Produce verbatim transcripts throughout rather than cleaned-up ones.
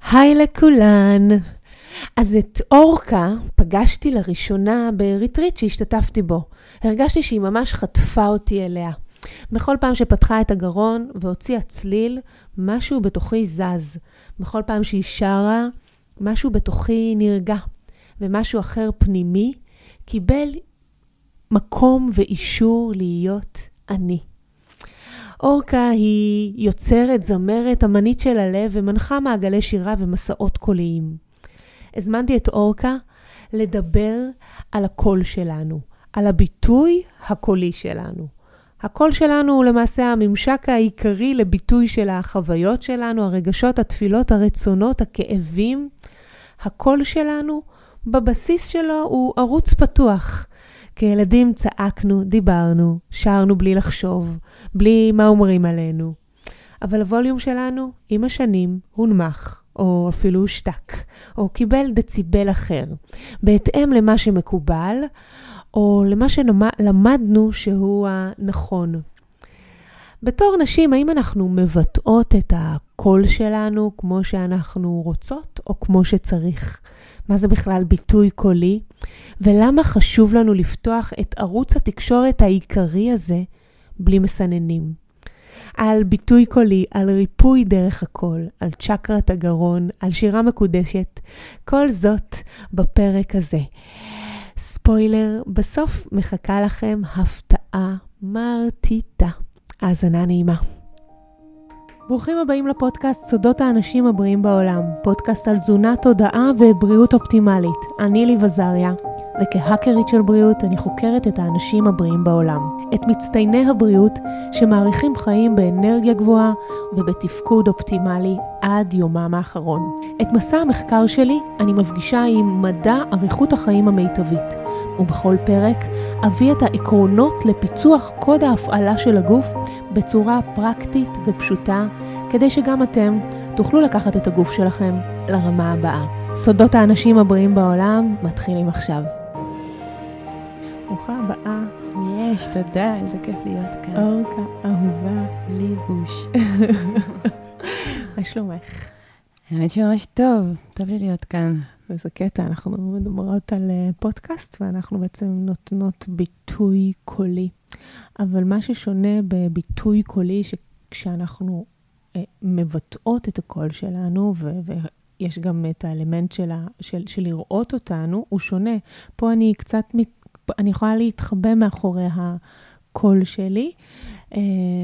היי לכולן. אז את אורקה פגשתי לראשונה בריטריט שהשתתפתי בו. הרגשתי שהיא ממש חטפה אותי אליה. בכל פעם שפתחה את הגרון והוציאה צליל, משהו בתוכי זז. בכל פעם שהיא שרה, משהו בתוכי נרגע. ומשהו אחר פנימי קיבל מקום ואישור להיות אני. אורקה היא יוצרת, זמרת, אמנית של הלב ומנחה מעגלי שירה ומסעות קוליים. הזמנתי את אורקה לדבר על הקול שלנו, על הביטוי הקולי שלנו. הקול שלנו הוא למעשה הממשק העיקרי לביטוי של החוויות שלנו, הרגשות, התפילות, הרצונות, הכאבים. הקול שלנו בבסיס שלו הוא ערוץ פתוח. כילדים צעקנו, דיברנו, שרנו בלי לחשוב, בלי מה אומרים עלינו. אבל הווליום שלנו, עם השנים, הונמך, או אפילו הושתק, או קיבל דציבל אחר, בהתאם למה שמקובל, או למה שלמדנו שהוא הנכון. בתור נשים, האם אנחנו מבטאות את הקול שלנו כמו שאנחנו רוצות, או כמו שצריך? מה זה בכלל ביטוי קולי? ולמה חשוב לנו לפתוח את ערוץ התקשורת העיקרי הזה בלי מסננים? על ביטוי קולי, על ריפוי דרך הקול, על צ'קרת הגרון, על שירה מקודשת, כל זאת בפרק הזה. ספוילר, בסוף מחכה לכם הפתעה מרטיטה. האזנה נעימה. ברוכים הבאים לפודקאסט סודות האנשים הבריאים בעולם, פודקאסט על תזונה, תודעה ובריאות אופטימלית. אני ליב עזריה, וכהאקרית של בריאות אני חוקרת את האנשים הבריאים בעולם, את מצטייני הבריאות שמעריכים חיים באנרגיה גבוהה ובתפקוד אופטימלי עד יומם האחרון. את מסע המחקר שלי אני מפגישה עם מדע אריכות החיים המיטבית, ובכל פרק אביא את העקרונות לפיצוח קוד ההפעלה של הגוף בצורה פרקטית ופשוטה, כדי שגם אתם תוכלו לקחת את הגוף שלכם לרמה הבאה. סודות האנשים הבריאים בעולם מתחילים עכשיו. ברוכה הבאה. יש, תודה, איזה כיף להיות כאן. אורקה, אהובה. ליבוש. מה שלומך? האמת שממש טוב, טוב לי להיות כאן. וזה קטע, אנחנו מדברות על פודקאסט, ואנחנו בעצם נותנות ביטוי קולי. אבל מה ששונה בביטוי קולי, שכשאנחנו אה, מבטאות את הקול שלנו, ו- ויש גם את האלמנט של, ה- של, של לראות אותנו, הוא שונה. פה אני קצת, מת, אני יכולה להתחבא מאחורי הקול שלי, אה,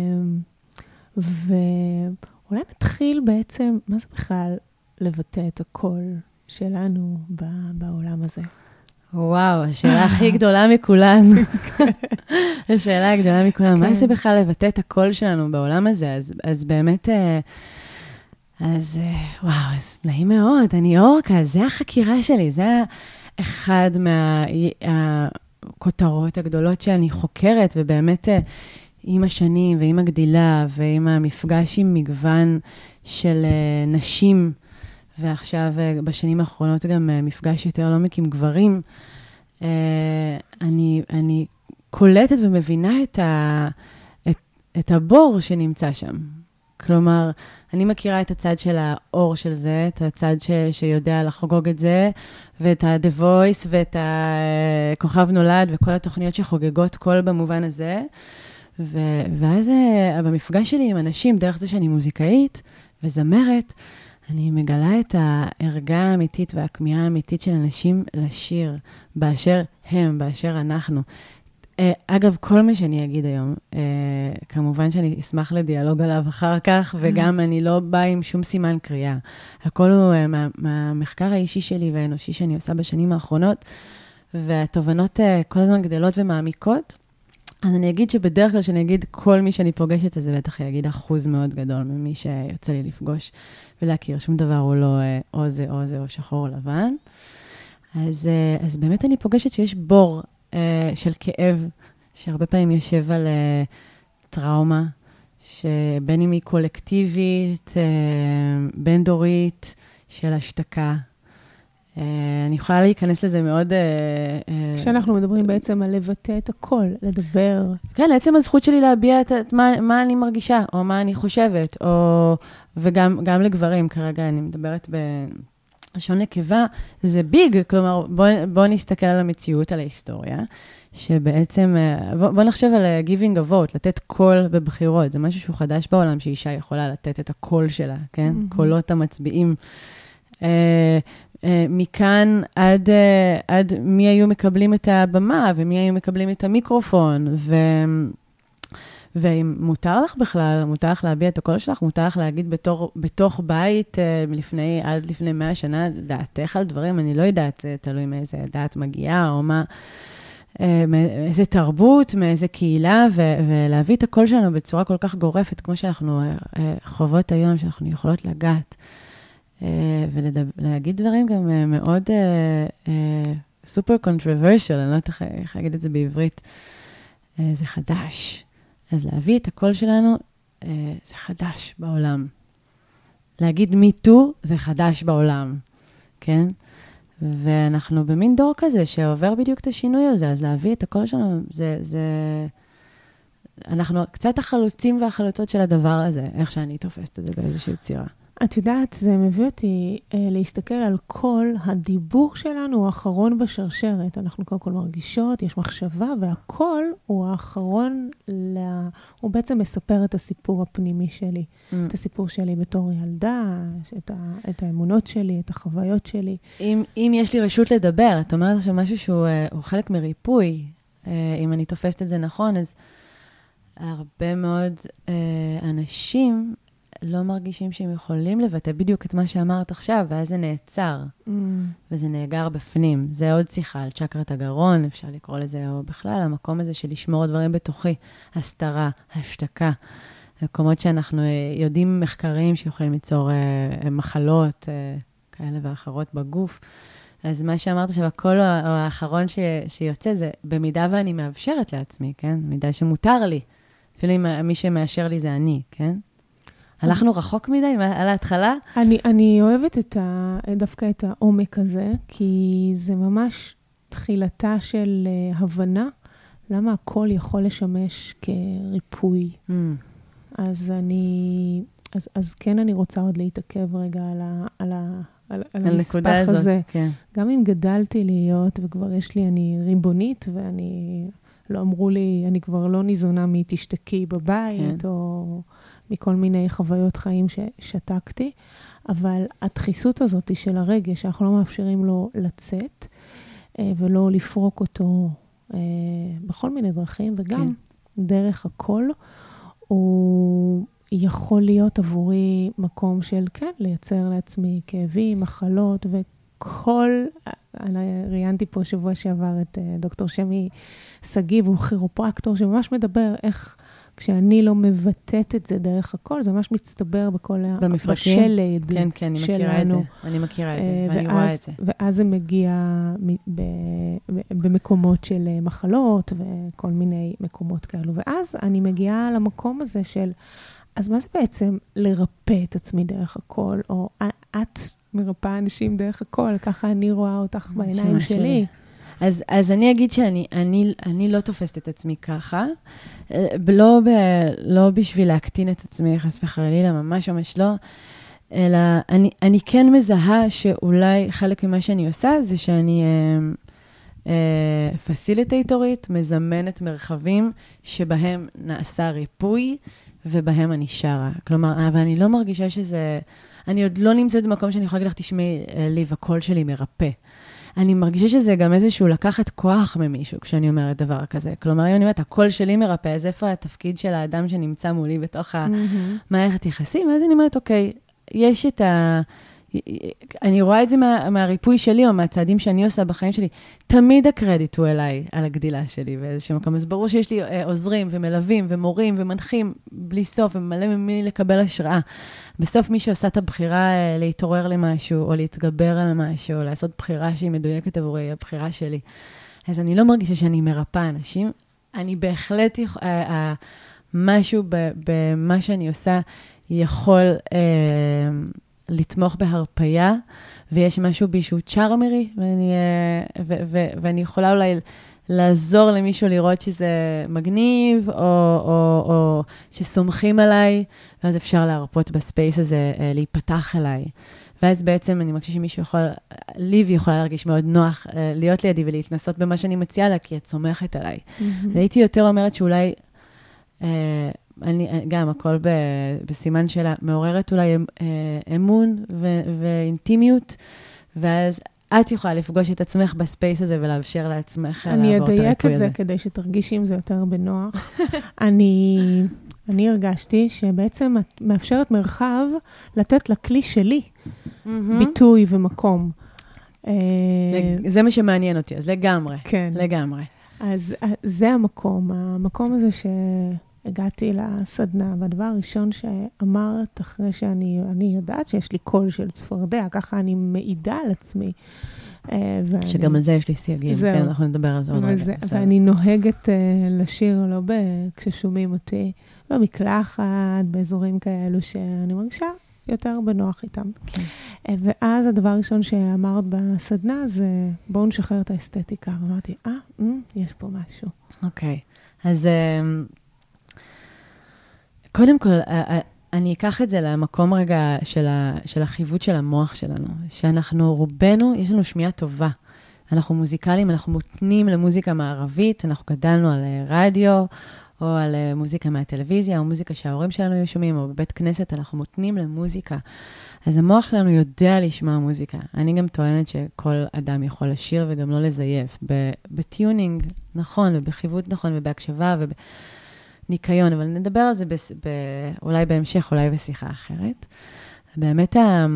ואולי נתחיל בעצם, מה זה בכלל לבטא את הקול שלנו בעולם הזה? וואו, השאלה הכי גדולה מכולן. השאלה הגדולה מכולן. מה זה בכלל לבטא את הקול שלנו בעולם הזה? אז, אז באמת, אז וואו, אז נעים מאוד. אני אורקה, זה החקירה שלי. זה אחד מהכותרות הגדולות שאני חוקרת, ובאמת עם השנים ועם הגדילה ועם המפגש עם מגוון של נשים, ועכשיו בשנים האחרונות גם מפגש יותר לעומק עם גברים, אני, אני קולטת ומבינה את, ה, את, את הבור שנמצא שם. כלומר, אני מכירה את הצד של האור של זה, את הצד ש, שיודע לחגוג את זה, ואת ה-The Voice, ואת הכוכב נולד, וכל התוכניות שחוגגות קול במובן הזה. ו, ואז במפגש שלי עם אנשים, דרך זה שאני מוזיקאית וזמרת, אני מגלה את הערגה האמיתית והכמיהה האמיתית של אנשים לשיר, באשר הם, באשר אנחנו. אגב, כל מה שאני אגיד היום, כמובן שאני אשמח לדיאלוג עליו אחר כך, וגם אני לא באה עם שום סימן קריאה. הכל הוא מה, מהמחקר האישי שלי והאנושי שאני עושה בשנים האחרונות, והתובנות כל הזמן גדלות ומעמיקות. אז אני אגיד שבדרך כלל שאני אגיד כל מי שאני פוגשת, אז זה בטח יגיד אחוז מאוד גדול ממי שיוצא לי לפגוש ולהכיר. שום דבר הוא לא או זה או זה או שחור או לבן. אז, אז באמת אני פוגשת שיש בור של כאב, שהרבה פעמים יושב על טראומה, שבין אם היא קולקטיבית, בין דורית, של השתקה. אני יכולה להיכנס לזה מאוד... כשאנחנו מדברים בעצם על לבטא את הכל, לדבר. כן, לעצם הזכות שלי להביע את מה, מה אני מרגישה, או מה אני חושבת, או, וגם גם לגברים, כרגע אני מדברת בלשון נקבה, זה ביג, כלומר, בוא, בוא נסתכל על המציאות, על ההיסטוריה, שבעצם, בוא, בוא נחשב על giving a vote, לתת קול בבחירות, זה משהו שהוא חדש בעולם, שאישה יכולה לתת את הקול שלה, כן? Mm-hmm. קולות המצביעים. אה, אה, מכאן עד, אה, עד מי היו מקבלים את הבמה, ומי היו מקבלים את המיקרופון, ו... ואם מותר לך בכלל, מותר לך להביע את הקול שלך, מותר לך להגיד בתור, בתוך בית, לפני, עד לפני מאה שנה, דעתך על דברים, אני לא יודעת, תלוי מאיזה דעת מגיעה, או מה, מאיזה תרבות, מאיזה קהילה, ו- ולהביא את הקול שלנו בצורה כל כך גורפת, כמו שאנחנו חוות היום, שאנחנו יכולות לגעת, ולהגיד דברים גם מאוד סופר controversial, אני לא יודעת איך להגיד את זה בעברית, זה חדש. אז להביא את הקול שלנו, אה, זה חדש בעולם. להגיד מי טו, זה חדש בעולם, כן? ואנחנו במין דור כזה שעובר בדיוק את השינוי על זה, אז להביא את הקול שלנו, זה, זה... אנחנו קצת החלוצים והחלוצות של הדבר הזה, איך שאני תופסת את זה באיזושהי צירה. את יודעת, זה מביא אותי אה, להסתכל על כל הדיבור שלנו, הוא האחרון בשרשרת. אנחנו קודם כל מרגישות, יש מחשבה, והכל הוא האחרון, לה... הוא בעצם מספר את הסיפור הפנימי שלי. Mm. את הסיפור שלי בתור ילדה, את, ה... את האמונות שלי, את החוויות שלי. אם, אם יש לי רשות לדבר, את אומרת עכשיו משהו שהוא הוא חלק מריפוי, אה, אם אני תופסת את זה נכון, אז הרבה מאוד אה, אנשים... לא מרגישים שהם יכולים לבטא בדיוק את מה שאמרת עכשיו, ואז זה נעצר, mm. וזה נאגר בפנים. זה עוד שיחה על צ'קרת הגרון, אפשר לקרוא לזה, או בכלל, המקום הזה של לשמור דברים בתוכי, הסתרה, השתקה, מקומות שאנחנו יודעים מחקרים שיכולים ליצור אה, מחלות אה, כאלה ואחרות בגוף. אז מה שאמרת עכשיו, הקול האחרון ש, שיוצא זה, במידה ואני מאפשרת לעצמי, כן? במידה שמותר לי, אפילו אם מי שמאשר לי זה אני, כן? הלכנו רחוק מדי על ההתחלה? אני, אני אוהבת את ה, דווקא את העומק הזה, כי זה ממש תחילתה של uh, הבנה, למה הכל יכול לשמש כריפוי. Mm. אז אני, אז, אז כן אני רוצה עוד להתעכב רגע על, ה, על, ה, על, על הנספח הזה. הזאת, כן. גם אם גדלתי להיות, וכבר יש לי, אני ריבונית, ואני, לא אמרו לי, אני כבר לא ניזונה מתשתקי בבית, כן. או... מכל מיני חוויות חיים ששתקתי, אבל הדחיסות הזאת של הרגש, שאנחנו לא מאפשרים לו לצאת, ולא לפרוק אותו בכל מיני דרכים, וגם כן. דרך הכל, הוא יכול להיות עבורי מקום של, כן, לייצר לעצמי כאבים, מחלות, וכל, אני ראיינתי פה שבוע שעבר את דוקטור שמי סגיב, הוא כירופרקטור, שממש מדבר איך, כשאני לא מבטאת את זה דרך הכל, זה ממש מצטבר בכל בשלד כן, כן, אני מכירה את זה. אני מכירה את זה, ואני רואה את זה. ואז זה מגיע במקומות של מחלות, וכל מיני מקומות כאלו. ואז אני מגיעה למקום הזה של, אז מה זה בעצם לרפא את עצמי דרך הכל, או את מרפאה אנשים דרך הכל, ככה אני רואה אותך בעיניים שלי. אז, אז אני אגיד שאני אני, אני לא תופסת את עצמי ככה, לא, ב, לא בשביל להקטין את עצמי, חס וחלילה, ממש ממש לא, אלא אני, אני כן מזהה שאולי חלק ממה שאני עושה, זה שאני אה, אה, פסיליטייטורית, מזמנת מרחבים שבהם נעשה ריפוי, ובהם אני שרה. כלומר, אבל אני לא מרגישה שזה, אני עוד לא נמצאת במקום שאני יכולה להגיד לך, תשמעי, לי, הקול שלי מרפא. אני מרגישה שזה גם איזשהו לקחת כוח ממישהו, כשאני אומרת דבר כזה. כלומר, אם אני אומרת, הקול שלי מרפא, אז איפה התפקיד של האדם שנמצא מולי בתוך המערכת יחסים? אז אני אומרת, אוקיי, יש את ה... אני רואה את זה מה, מהריפוי שלי, או מהצעדים שאני עושה בחיים שלי. תמיד הקרדיט הוא אליי, על הגדילה שלי, באיזשהו מקום. אז ברור שיש לי אה, עוזרים ומלווים ומורים ומנחים בלי סוף, ומלא ממי לקבל השראה. בסוף מי שעושה את הבחירה אה, להתעורר למשהו, או להתגבר על משהו, או לעשות בחירה שהיא מדויקת עבורי, הבחירה שלי. אז אני לא מרגישה שאני מרפא אנשים. אני בהחלט, אה, אה, משהו במה שאני עושה יכול... אה, לתמוך בהרפיה, ויש משהו בי שהוא צ'ארמרי, ואני, ו, ו, ואני יכולה אולי לעזור למישהו לראות שזה מגניב, או, או, או שסומכים עליי, ואז אפשר להרפות בספייס הזה, להיפתח אליי. ואז בעצם אני מרגישה שמישהו יכול, ליבי יכולה להרגיש מאוד נוח, להיות לידי ולהתנסות במה שאני מציעה לה, כי את סומכת עליי. Mm-hmm. הייתי יותר אומרת שאולי, אה, אני, גם הכל ב, בסימן שלה, מעוררת אולי אה, אמון ו, ואינטימיות, ואז את יכולה לפגוש את עצמך בספייס הזה ולאפשר לעצמך לעבור את הריקוי הזה. אני אדייק את זה כדי שתרגישי עם זה יותר בנוח. אני, אני הרגשתי שבעצם את מאפשרת מרחב לתת לכלי שלי ביטוי ומקום. זה מה שמעניין אותי, אז לגמרי. כן. לגמרי. אז זה המקום, המקום הזה שהגעתי לסדנה, והדבר הראשון שאמרת אחרי שאני אני יודעת שיש לי קול של צפרדע, ככה אני מעידה על עצמי. שגם על זה יש לי סייגים, כן, אנחנו נדבר על זה עוד רגע. ואני נוהגת לשיר, לא כששומעים אותי, במקלחת, באזורים כאלו שאני מרגישה יותר בנוח איתם. ואז הדבר הראשון שאמרת בסדנה זה, בואו נשחרר את האסתטיקה. אמרתי, אה, יש פה משהו. אוקיי, אז קודם כל, אני אקח את זה למקום רגע של, ה, של החיווט של המוח שלנו, שאנחנו, רובנו, יש לנו שמיעה טובה. אנחנו מוזיקליים, אנחנו מותנים למוזיקה מערבית, אנחנו גדלנו על רדיו, או על מוזיקה מהטלוויזיה, או מוזיקה שההורים שלנו היו שומעים, או בבית כנסת, אנחנו מותנים למוזיקה. אז המוח שלנו יודע לשמוע מוזיקה. אני גם טוענת שכל אדם יכול לשיר וגם לא לזייף. בטיונינג נכון, ובחיווט נכון, ובהקשבה, וב... ניקיון, אבל נדבר על זה ב, ב, אולי בהמשך, אולי בשיחה אחרת. באמת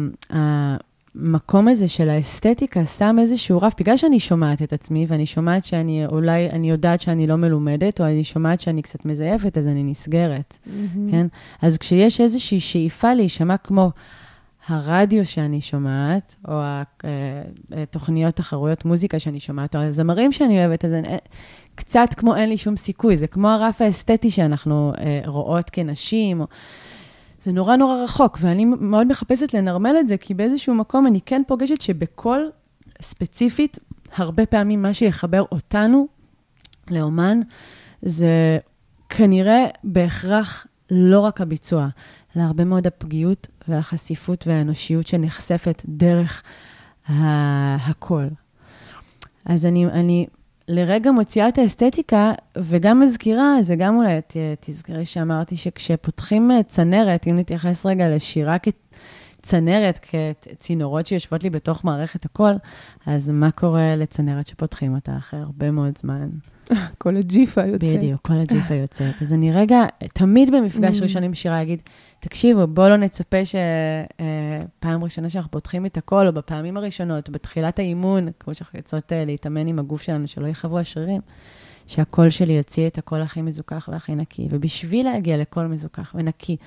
המקום הזה של האסתטיקה שם איזשהו רף, בגלל שאני שומעת את עצמי, ואני שומעת שאני, אולי אני יודעת שאני לא מלומדת, או אני שומעת שאני קצת מזייפת, אז אני נסגרת, mm-hmm. כן? אז כשיש איזושהי שאיפה להישמע כמו הרדיו שאני שומעת, או התוכניות, תחרויות מוזיקה שאני שומעת, או הזמרים שאני אוהבת, אז אני... קצת כמו אין לי שום סיכוי, זה כמו הרף האסתטי שאנחנו אה, רואות כנשים, או... זה נורא נורא רחוק, ואני מאוד מחפשת לנרמל את זה, כי באיזשהו מקום אני כן פוגשת שבכל ספציפית, הרבה פעמים מה שיחבר אותנו לאומן, זה כנראה בהכרח לא רק הביצוע, אלא הרבה מאוד הפגיעות והחשיפות והאנושיות שנחשפת דרך הקול. אז אני... אני לרגע מוציאה את האסתטיקה, וגם מזכירה, זה גם אולי תזכרי שאמרתי שכשפותחים צנרת, אם נתייחס רגע לשירה כצנרת, כצינורות שיושבות לי בתוך מערכת הקול, אז מה קורה לצנרת שפותחים אותה אחרי הרבה מאוד זמן? כל הג'יפה יוצאת. בדיוק, כל הג'יפה יוצאת. אז אני רגע, תמיד במפגש ראשונים בשירה אגיד, תקשיבו, בואו לא נצפה שפעם ראשונה שאנחנו פותחים את הקול, או בפעמים הראשונות, בתחילת האימון, כמו שאנחנו יוצאות להתאמן עם הגוף שלנו, שלא יחוו השרירים, שהקול שלי יוציא את הקול הכי מזוכח והכי נקי. ובשביל להגיע לקול מזוכח ונקי,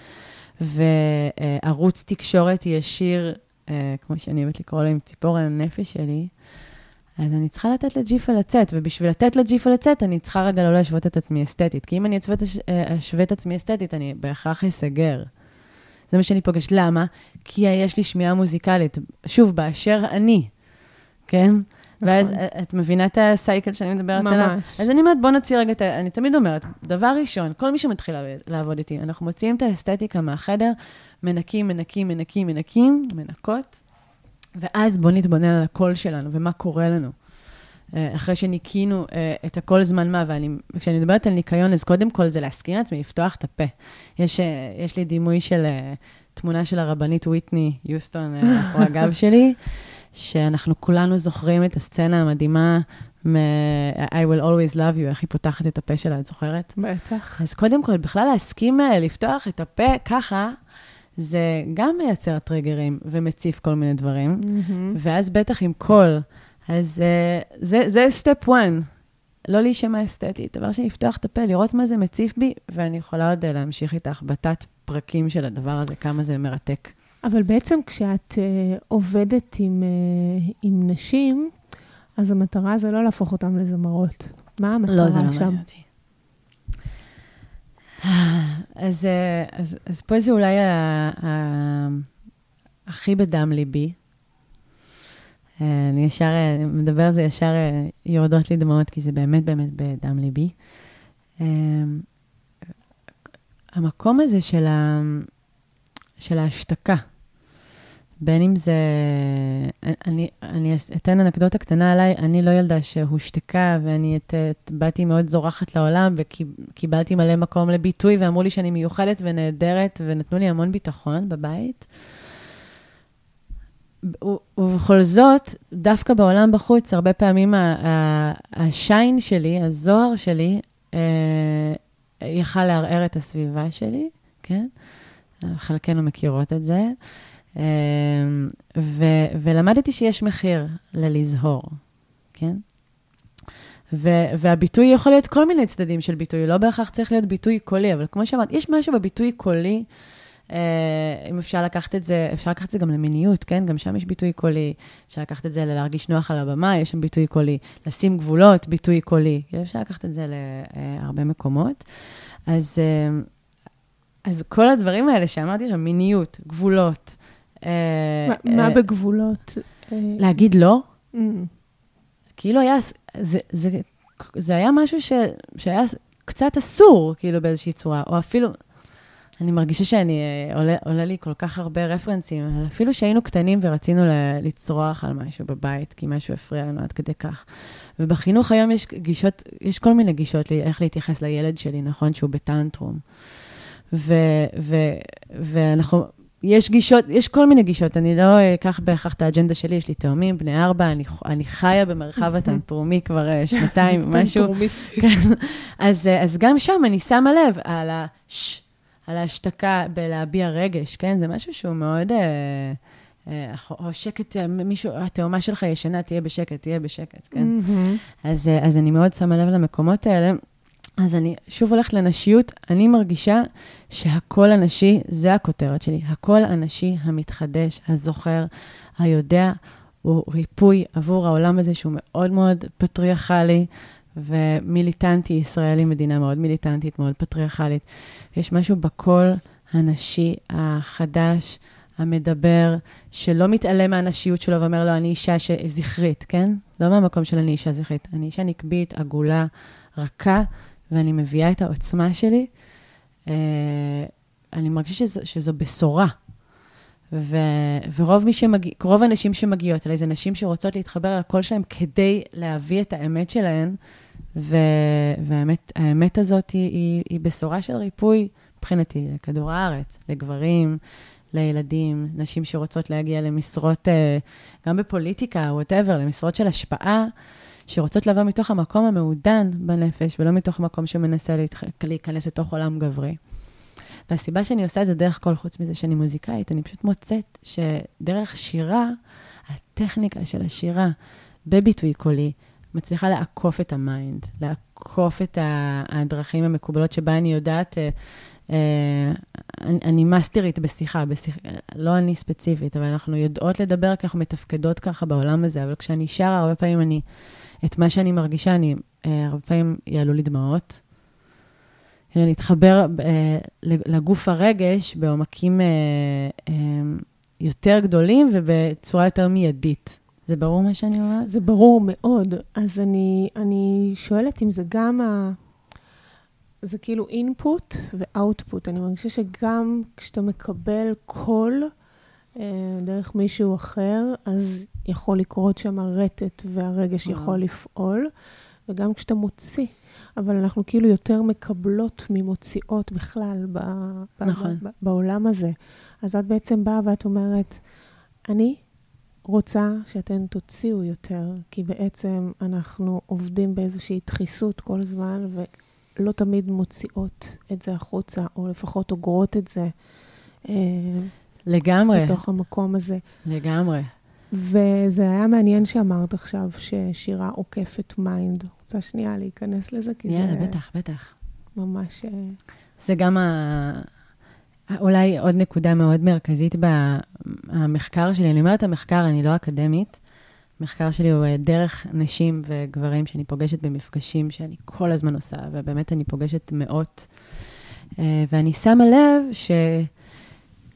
וערוץ תקשורת ישיר, כמו שאני אוהבת לקרוא לו עם ציפור הנפש שלי, אז אני צריכה לתת לג'יפה לצאת, ובשביל לתת לג'יפה לצאת, אני צריכה רגע לא להשוות את עצמי אסתטית. כי אם אני אשווה את עצמי אסתטית, אני בהכרח אסגר. זה מה שאני פוגשת. למה? כי יש לי שמיעה מוזיקלית. שוב, באשר אני, כן? ואז את מבינה את הסייקל שאני מדברת עליו? אז אני אומרת, בוא נוציא רגע, אני תמיד אומרת, דבר ראשון, כל מי שמתחיל לעבוד איתי, אנחנו מוציאים את האסתטיקה מהחדר, מנקים, מנקים, מנקים, מנקים, מנקות, ואז בוא נתבונן על הקול שלנו, ומה קורה לנו. אחרי שניקינו את הכל זמן מה, וכשאני מדברת על ניקיון, אז קודם כל זה להסכים לעצמי, לפתוח את הפה. יש, יש לי דימוי של תמונה של הרבנית וויטני יוסטון, אחרי הגב שלי, שאנחנו כולנו זוכרים את הסצנה המדהימה, I will always love you, איך היא פותחת את הפה שלה, את זוכרת? בטח. אז קודם כל, בכלל להסכים לפתוח את הפה ככה, זה גם מייצר טריגרים ומציף כל מיני דברים, mm-hmm. ואז בטח עם קול, אז uh, זה, זה סטפ one, לא להישמע אסתטית, דבר שנפתוח את הפה, לראות מה זה מציף בי, ואני יכולה עוד להמשיך איתך בתת פרקים של הדבר הזה, כמה זה מרתק. אבל בעצם כשאת uh, עובדת עם, uh, עם נשים, אז המטרה זה לא להפוך אותם לזמרות. מה המטרה שם? לא, זה לא מעניין אותי. אז, אז, אז פה זה אולי ה, ה, הכי בדם ליבי. אני ישר, מדבר על זה, ישר יורדות לי דמעות, כי זה באמת באמת בדם ליבי. המקום הזה של, ה... של ההשתקה, בין אם זה, אני, אני אתן אנקדוטה קטנה עליי, אני לא ילדה שהושתקה, ואני את, את, באתי מאוד זורחת לעולם, וקיבלתי מלא מקום לביטוי, ואמרו לי שאני מיוחדת ונהדרת, ונתנו לי המון ביטחון בבית. ובכל זאת, דווקא בעולם בחוץ, הרבה פעמים השיין שלי, הזוהר שלי, יכל לערער את הסביבה שלי, כן? חלקנו מכירות את זה. ו- ולמדתי שיש מחיר ללזהור, כן? ו- והביטוי יכול להיות כל מיני צדדים של ביטוי, לא בהכרח צריך להיות ביטוי קולי, אבל כמו שאמרת, יש משהו בביטוי קולי, אם אפשר לקחת את זה, אפשר לקחת את זה גם למיניות, כן? גם שם יש ביטוי קולי, אפשר לקחת את זה להרגיש נוח על הבמה, יש שם ביטוי קולי, לשים גבולות, ביטוי קולי, אפשר לקחת את זה להרבה מקומות. אז, אז כל הדברים האלה שאמרתי שם, מיניות, גבולות, מה בגבולות? להגיד לא? כאילו היה, זה היה משהו שהיה קצת אסור, כאילו באיזושהי צורה, או אפילו, אני מרגישה שאני, עולה לי כל כך הרבה רפרנסים, אפילו שהיינו קטנים ורצינו לצרוח על משהו בבית, כי משהו הפריע לנו עד כדי כך. ובחינוך היום יש גישות, יש כל מיני גישות לי, איך להתייחס לילד שלי, נכון, שהוא בטנטרום. ואנחנו, יש גישות, יש כל מיני גישות, אני לא אקח בהכרח את האג'נדה שלי, יש לי תאומים, בני ארבע, אני, אני חיה במרחב הטנטרומי כבר שנתיים, משהו. אז, אז גם שם אני שמה לב על הש, על ההשתקה בלהביע רגש, כן? זה משהו שהוא מאוד, אה, אה, או שקט, מישהו, התאומה שלך ישנה, תהיה בשקט, תהיה בשקט, כן? אז, אז אני מאוד שמה לב למקומות האלה. אז אני שוב הולכת לנשיות, אני מרגישה שהכל אנשי, זה הכותרת שלי, הכל אנשי המתחדש, הזוכר, היודע, הוא ריפוי עבור העולם הזה שהוא מאוד מאוד פטריארכלי, ומיליטנטי ישראלי, מדינה מאוד מיליטנטית, מאוד פטריארכלית. יש משהו בקול הנשי החדש, המדבר, שלא מתעלם מהנשיות שלו ואומר לו, אני אישה זכרית, כן? לא מהמקום של אני אישה זכרית. אני אישה נקבית, עגולה, רכה, ואני מביאה את העוצמה שלי. אני מרגישה שזו, שזו בשורה. ו, ורוב מי שמגיע, רוב הנשים שמגיעות אליי, זה נשים שרוצות להתחבר על הקול שלהם כדי להביא את האמת שלהן, ו, והאמת, האמת הזאת היא, היא, היא בשורה של ריפוי מבחינתי, לכדור הארץ, לגברים, לילדים, נשים שרוצות להגיע למשרות, גם בפוליטיקה, whatever, למשרות של השפעה, שרוצות לבוא מתוך המקום המעודן בנפש, ולא מתוך מקום שמנסה להיכנס לתוך עולם גברי. והסיבה שאני עושה את זה דרך כל חוץ מזה שאני מוזיקאית, אני פשוט מוצאת שדרך שירה, הטכניקה של השירה בביטוי קולי, מצליחה לעקוף את המיינד, לעקוף את הדרכים המקובלות שבה אני יודעת, אני, אני מאסטרית בשיחה, בשיח, לא אני ספציפית, אבל אנחנו יודעות לדבר כי אנחנו מתפקדות ככה בעולם הזה, אבל כשאני שרה, הרבה פעמים אני, את מה שאני מרגישה, אני, הרבה פעמים יעלו לי דמעות, להתחבר לגוף הרגש בעומקים יותר גדולים ובצורה יותר מיידית. זה ברור מה שאני אומרת? זה ברור מאוד. אז אני, אני שואלת אם זה גם ה... זה כאילו input ו-output. אני מרגישה שגם כשאתה מקבל קול דרך מישהו אחר, אז יכול לקרות שם הרטט והרגש יכול לפעול, וגם כשאתה מוציא. אבל אנחנו כאילו יותר מקבלות ממוציאות בכלל ב- נכון. ב- ב- בעולם הזה. אז את בעצם באה ואת אומרת, אני רוצה שאתן תוציאו יותר, כי בעצם אנחנו עובדים באיזושהי דחיסות כל הזמן, ולא תמיד מוציאות את זה החוצה, או לפחות אוגרות את זה. לגמרי. בתוך המקום הזה. לגמרי. וזה היה מעניין שאמרת עכשיו ששירה עוקפת מיינד. רוצה שנייה להיכנס לזה, כי יאללה, זה... יאללה, בטח, בטח. ממש... זה גם ה... אולי עוד נקודה מאוד מרכזית במחקר שלי. אני אומרת המחקר, אני לא אקדמית. המחקר שלי הוא דרך נשים וגברים שאני פוגשת במפגשים שאני כל הזמן עושה, ובאמת אני פוגשת מאות. ואני שמה לב ש...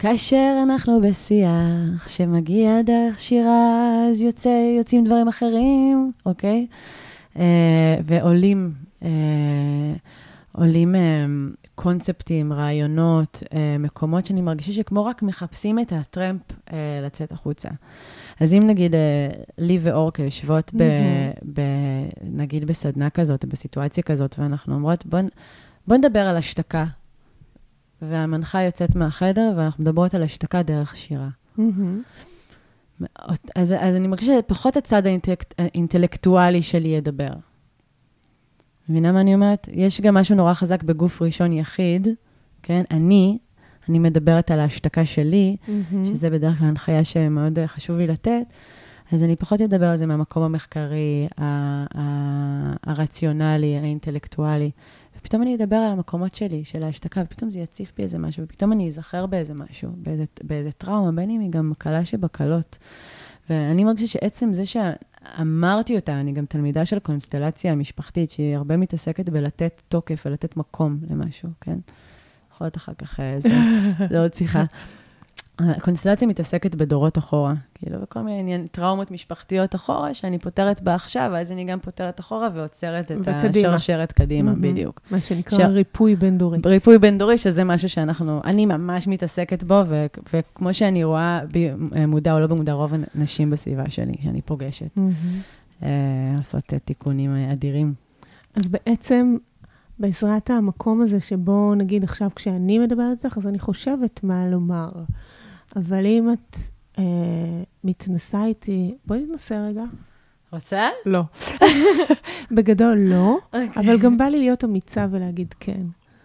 כאשר אנחנו בשיח, שמגיע דרך שירה, אז יוצא, יוצאים דברים אחרים, אוקיי? אה, ועולים, אה, עולים אה, קונספטים, רעיונות, אה, מקומות שאני מרגישה שכמו רק מחפשים את הטרמפ אה, לצאת החוצה. אז אם נגיד, אה, לי ואורקה יושבות, ב, ב, נגיד בסדנה כזאת, בסיטואציה כזאת, ואנחנו אומרות, בוא, בוא נדבר על השתקה, והמנחה יוצאת מהחדר, ואנחנו מדברות על השתקה דרך שירה. Mm-hmm. אז, אז אני מרגישה שפחות הצד האינטלקט, האינטלקטואלי שלי ידבר. מבינה מה אני אומרת? יש גם משהו נורא חזק בגוף ראשון יחיד, כן? אני, אני מדברת על ההשתקה שלי, mm-hmm. שזה בדרך כלל הנחיה שמאוד חשוב לי לתת, אז אני פחות אדבר על זה מהמקום המחקרי, הרציונלי, האינטלקטואלי, ופתאום אני אדבר על המקומות שלי, של ההשתקה, ופתאום זה יציף בי איזה משהו, ופתאום אני אזכר באיזה משהו, באיזה, באיזה טראומה, בין אם היא גם קלה שבקלות. ואני מרגישה שעצם זה שאמרתי אותה, אני גם תלמידה של קונסטלציה המשפחתית, שהיא הרבה מתעסקת בלתת תוקף ולתת מקום למשהו, כן? יכול להיות אחר כך, זה, זה עוד שיחה. הקונסטלציה מתעסקת בדורות אחורה, כאילו, וכל מיני טראומות משפחתיות אחורה, שאני פותרת בה עכשיו, ואז אני גם פותרת אחורה, ועוצרת את השרשרת קדימה, בדיוק. מה שנקרא ריפוי בין דורי. ריפוי בין דורי, שזה משהו שאנחנו, אני ממש מתעסקת בו, וכמו שאני רואה, במודע או לא במודע, רוב הנשים בסביבה שלי, שאני פוגשת, לעשות תיקונים אדירים. אז בעצם, בעזרת המקום הזה, שבו נגיד עכשיו כשאני מדברת איתך, אז אני חושבת מה לומר. אבל אם את אה, מתנסה איתי, בואי נתנסה רגע. רוצה? לא. בגדול לא, okay. אבל גם בא לי להיות אמיצה ולהגיד כן.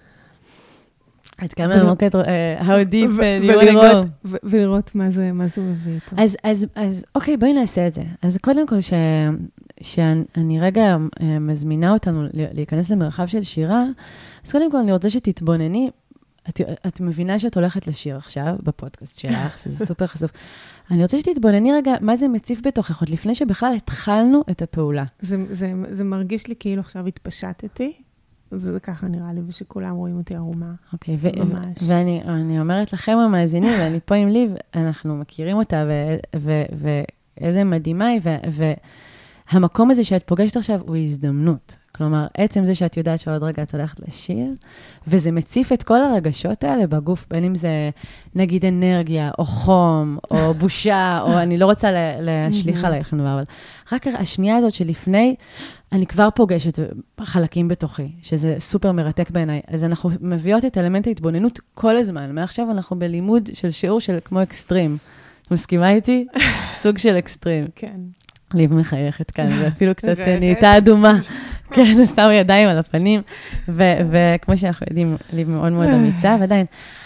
עד כמה עמוקת, how deep do you want to go? ולראות מה זה מביא איתו. אז, אז, אז, אוקיי, בואי נעשה את זה. אז קודם כל ש, שאני רגע מזמינה אותנו להיכנס למרחב של שירה, אז קודם כל אני רוצה שתתבונני, את, את מבינה שאת הולכת לשיר עכשיו, בפודקאסט שלך, שזה סופר חשוף. אני רוצה שתתבונני רגע, מה זה מציף בתוכך, עוד לפני שבכלל התחלנו את הפעולה. זה, זה, זה מרגיש לי כאילו עכשיו התפשטתי, זה ככה נראה לי, ושכולם רואים אותי ערומה. אוקיי, ו- ממש. ו- ואני אני אומרת לכם המאזינים, ואני פה עם ליב, אנחנו מכירים אותה, ואיזה מדהימה היא, והמקום הזה שאת פוגשת עכשיו הוא הזדמנות. כלומר, עצם זה שאת יודעת שעוד רגע את הולכת לשיר, וזה מציף את כל הרגשות האלה בגוף, בין אם זה נגיד אנרגיה, או חום, או בושה, או אני לא רוצה להשליך עלייך שום דבר, אבל רק השנייה הזאת שלפני, אני כבר פוגשת חלקים בתוכי, שזה סופר מרתק בעיניי. אז אנחנו מביאות את אלמנט ההתבוננות כל הזמן. מעכשיו אנחנו בלימוד של שיעור של כמו אקסטרים. את מסכימה איתי? סוג של אקסטרים. כן. ליב מחייכת כאן, ואפילו קצת נהייתה אדומה. כן, הוא שם ידיים על הפנים, וכמו שאנחנו יודעים, ליב מאוד מאוד אמיצה, ועדיין.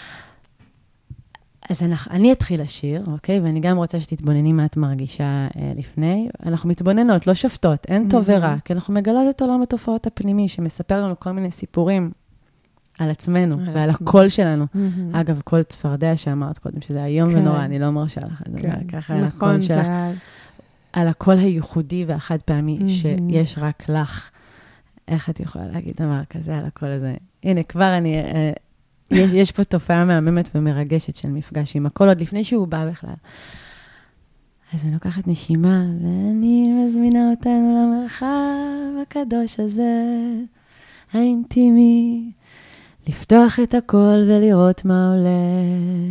אז אני אתחיל לשיר, אוקיי? ואני גם רוצה שתתבונני מה את מרגישה לפני. אנחנו מתבוננות, לא שופטות, אין טוב ורע, כי אנחנו מגלות את עולם התופעות הפנימי, שמספר לנו כל מיני סיפורים על עצמנו, ועל הקול שלנו. אגב, קול צפרדע שאמרת קודם, שזה היום ונורא, אני לא מרשה לך. ככה על הקול שלך. על הקול הייחודי והחד פעמי, שיש רק לך. איך את יכולה להגיד דבר כזה על הקול הזה? הנה, כבר אני... יש, יש פה תופעה מהממת ומרגשת של מפגש עם הקול, עוד לפני שהוא בא בכלל. אז אני לוקחת נשימה, ואני מזמינה אותנו למרחב הקדוש הזה, האינטימי, לפתוח את הקול ולראות מה עולה.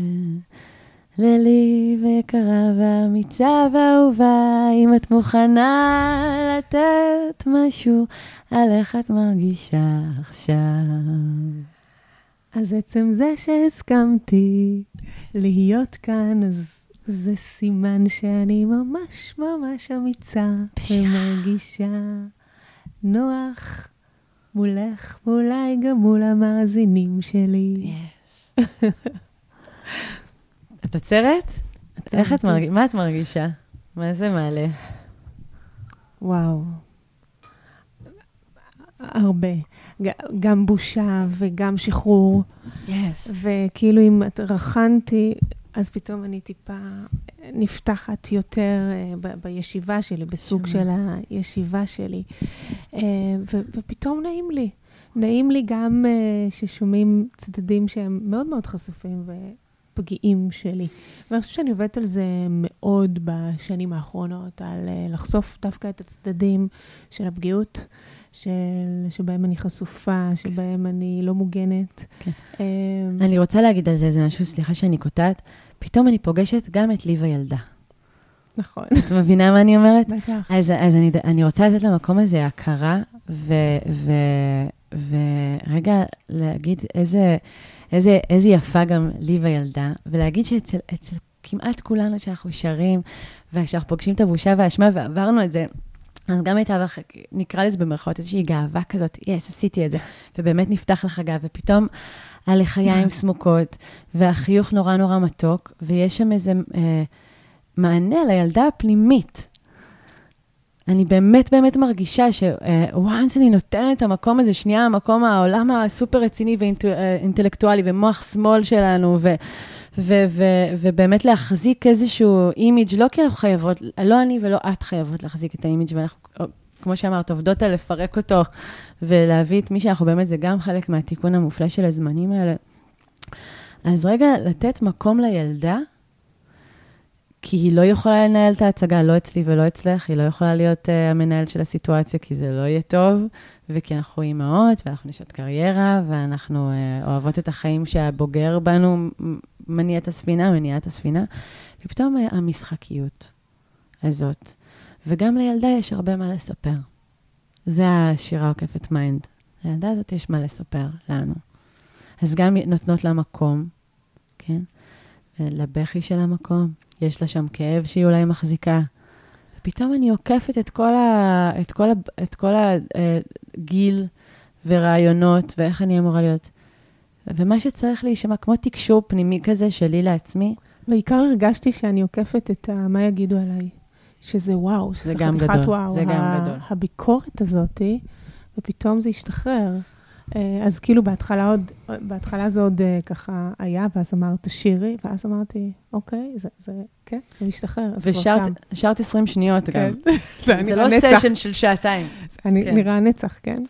לילי ויקרה ואמיצה ואהובה, אם את מוכנה לתת משהו, על איך את מרגישה עכשיו. אז עצם זה שהסכמתי להיות כאן, אז זה סימן שאני ממש ממש אמיצה. ומרגישה נוח מולך, ואולי גם מול המאזינים שלי. יש. את עוצרת? איך את מרגישה? מה את מרגישה? מה זה מעלה? וואו. הרבה. גם בושה וגם שחרור. Yes. וכאילו אם את רחנתי, אז פתאום אני טיפה נפתחת יותר ב- בישיבה שלי, בסוג של הישיבה שלי. ו- ופתאום נעים לי. נעים לי גם ששומעים צדדים שהם מאוד מאוד חשופים, הפגיעים שלי. ואני חושבת שאני עובדת על זה מאוד בשנים האחרונות, על לחשוף דווקא את הצדדים של הפגיעות, של, שבהם אני חשופה, שבהם אני לא מוגנת. כן. אני רוצה להגיד על זה, זה משהו, סליחה שאני קוטעת, פתאום אני פוגשת גם את ליב הילדה. נכון. את מבינה מה אני אומרת? בטח. אז, אז אני, אני רוצה לתת למקום הזה הכרה, ו, ו, ורגע להגיד איזה, איזה, איזה יפה גם ליב הילדה, ולהגיד שאצל אצל כמעט כולנו שאנחנו שרים, ושאנחנו פוגשים את הבושה והאשמה, ועברנו את זה, אז גם הייתה, נקרא לזה במרכאות, איזושהי גאווה כזאת, יס, עשיתי את זה, ובאמת נפתח לך גב, ופתאום הלחיים סמוקות, והחיוך נורא נורא מתוק, ויש שם איזה אה, מענה לילדה הפנימית. אני באמת באמת מרגישה שוואנס אני נותנת את המקום הזה, שנייה, המקום העולם הסופר רציני ואינטלקטואלי, ומוח שמאל שלנו, ו... ו- ו- ובאמת להחזיק איזשהו אימיג', לא כי אנחנו חייבות, לא אני ולא את חייבות להחזיק את האימיג', ואנחנו, כמו שאמרת, עובדות על לפרק אותו, ולהביא את מי שאנחנו באמת, זה גם חלק מהתיקון המופלא של הזמנים האלה. אז רגע, לתת מקום לילדה, כי היא לא יכולה לנהל את ההצגה, לא אצלי ולא אצלך, היא לא יכולה להיות uh, המנהל של הסיטואציה, כי זה לא יהיה טוב, וכי אנחנו אימהות, ואנחנו נשות קריירה, ואנחנו uh, אוהבות את החיים שהבוגר בנו מניע את הספינה, מניע את הספינה, ופתאום uh, המשחקיות הזאת. וגם לילדה יש הרבה מה לספר. זה השירה עוקפת מיינד. לילדה הזאת יש מה לספר לנו. אז גם נותנות לה מקום, כן? לבכי של המקום, יש לה שם כאב שהיא אולי מחזיקה. ופתאום אני עוקפת את כל ה... את כל ה... את כל הגיל ורעיונות, ואיך אני אמורה להיות. ומה שצריך להישמע, כמו תקשור פנימי כזה שלי לעצמי. בעיקר הרגשתי שאני עוקפת את ה... מה יגידו עליי. שזה וואו, שזה חתיכת וואו. זה גם גדול. הביקורת הזאת, ופתאום זה השתחרר. אז כאילו בהתחלה עוד, בהתחלה זה עוד ככה היה, ואז אמרת שירי, ואז אמרתי, אוקיי, זה, זה, כן, זה משתחרר. ושרת עשרים שניות גם. זה לא סשן של שעתיים. זה נראה נצח, כן.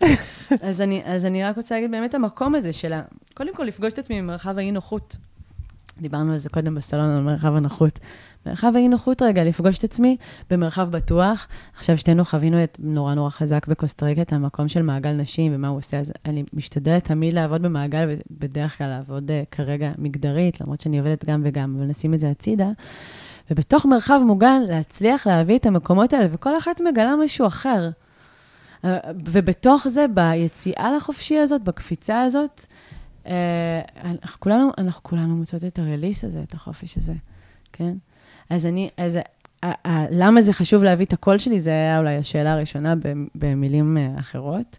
אז אני רק רוצה להגיד באמת המקום הזה שלה, קודם כל לפגוש את עצמי במרחב האי נוחות. דיברנו על זה קודם בסלון, על מרחב הנוחות. מרחב האי נוחות רגע, לפגוש את עצמי במרחב בטוח. עכשיו שתינו חווינו את נורא נורא חזק בקוסטה ריקה, את המקום של מעגל נשים ומה הוא עושה. אז אני משתדלת תמיד לעבוד במעגל, ובדרך כלל לעבוד uh, כרגע מגדרית, למרות שאני עובדת גם וגם, אבל נשים את זה הצידה. ובתוך מרחב מוגן, להצליח להביא את המקומות האלה, וכל אחת מגלה משהו אחר. Uh, ובתוך זה, ביציאה לחופשי הזאת, בקפיצה הזאת, uh, אנחנו כולנו, אנחנו כולנו מוצאות את הריליס הזה, את החופש הזה, כן? אז אני, אז, ה, ה, למה זה חשוב להביא את הקול שלי? זה היה אולי השאלה הראשונה במילים אחרות.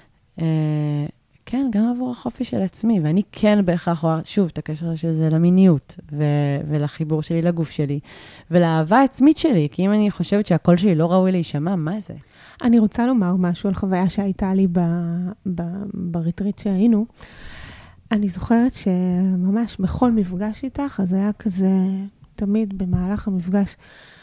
כן, גם עבור החופש של עצמי, ואני כן בהכרח רואה, שוב, את הקשר של זה למיניות, ו, ולחיבור שלי לגוף שלי, ולאהבה העצמית שלי, כי אם אני חושבת שהקול שלי לא ראוי להישמע, מה זה? אני רוצה לומר משהו על חוויה שהייתה לי ב, ב, בריטריט שהיינו. אני זוכרת שממש בכל מפגש איתך, אז היה כזה... תמיד במהלך המפגש,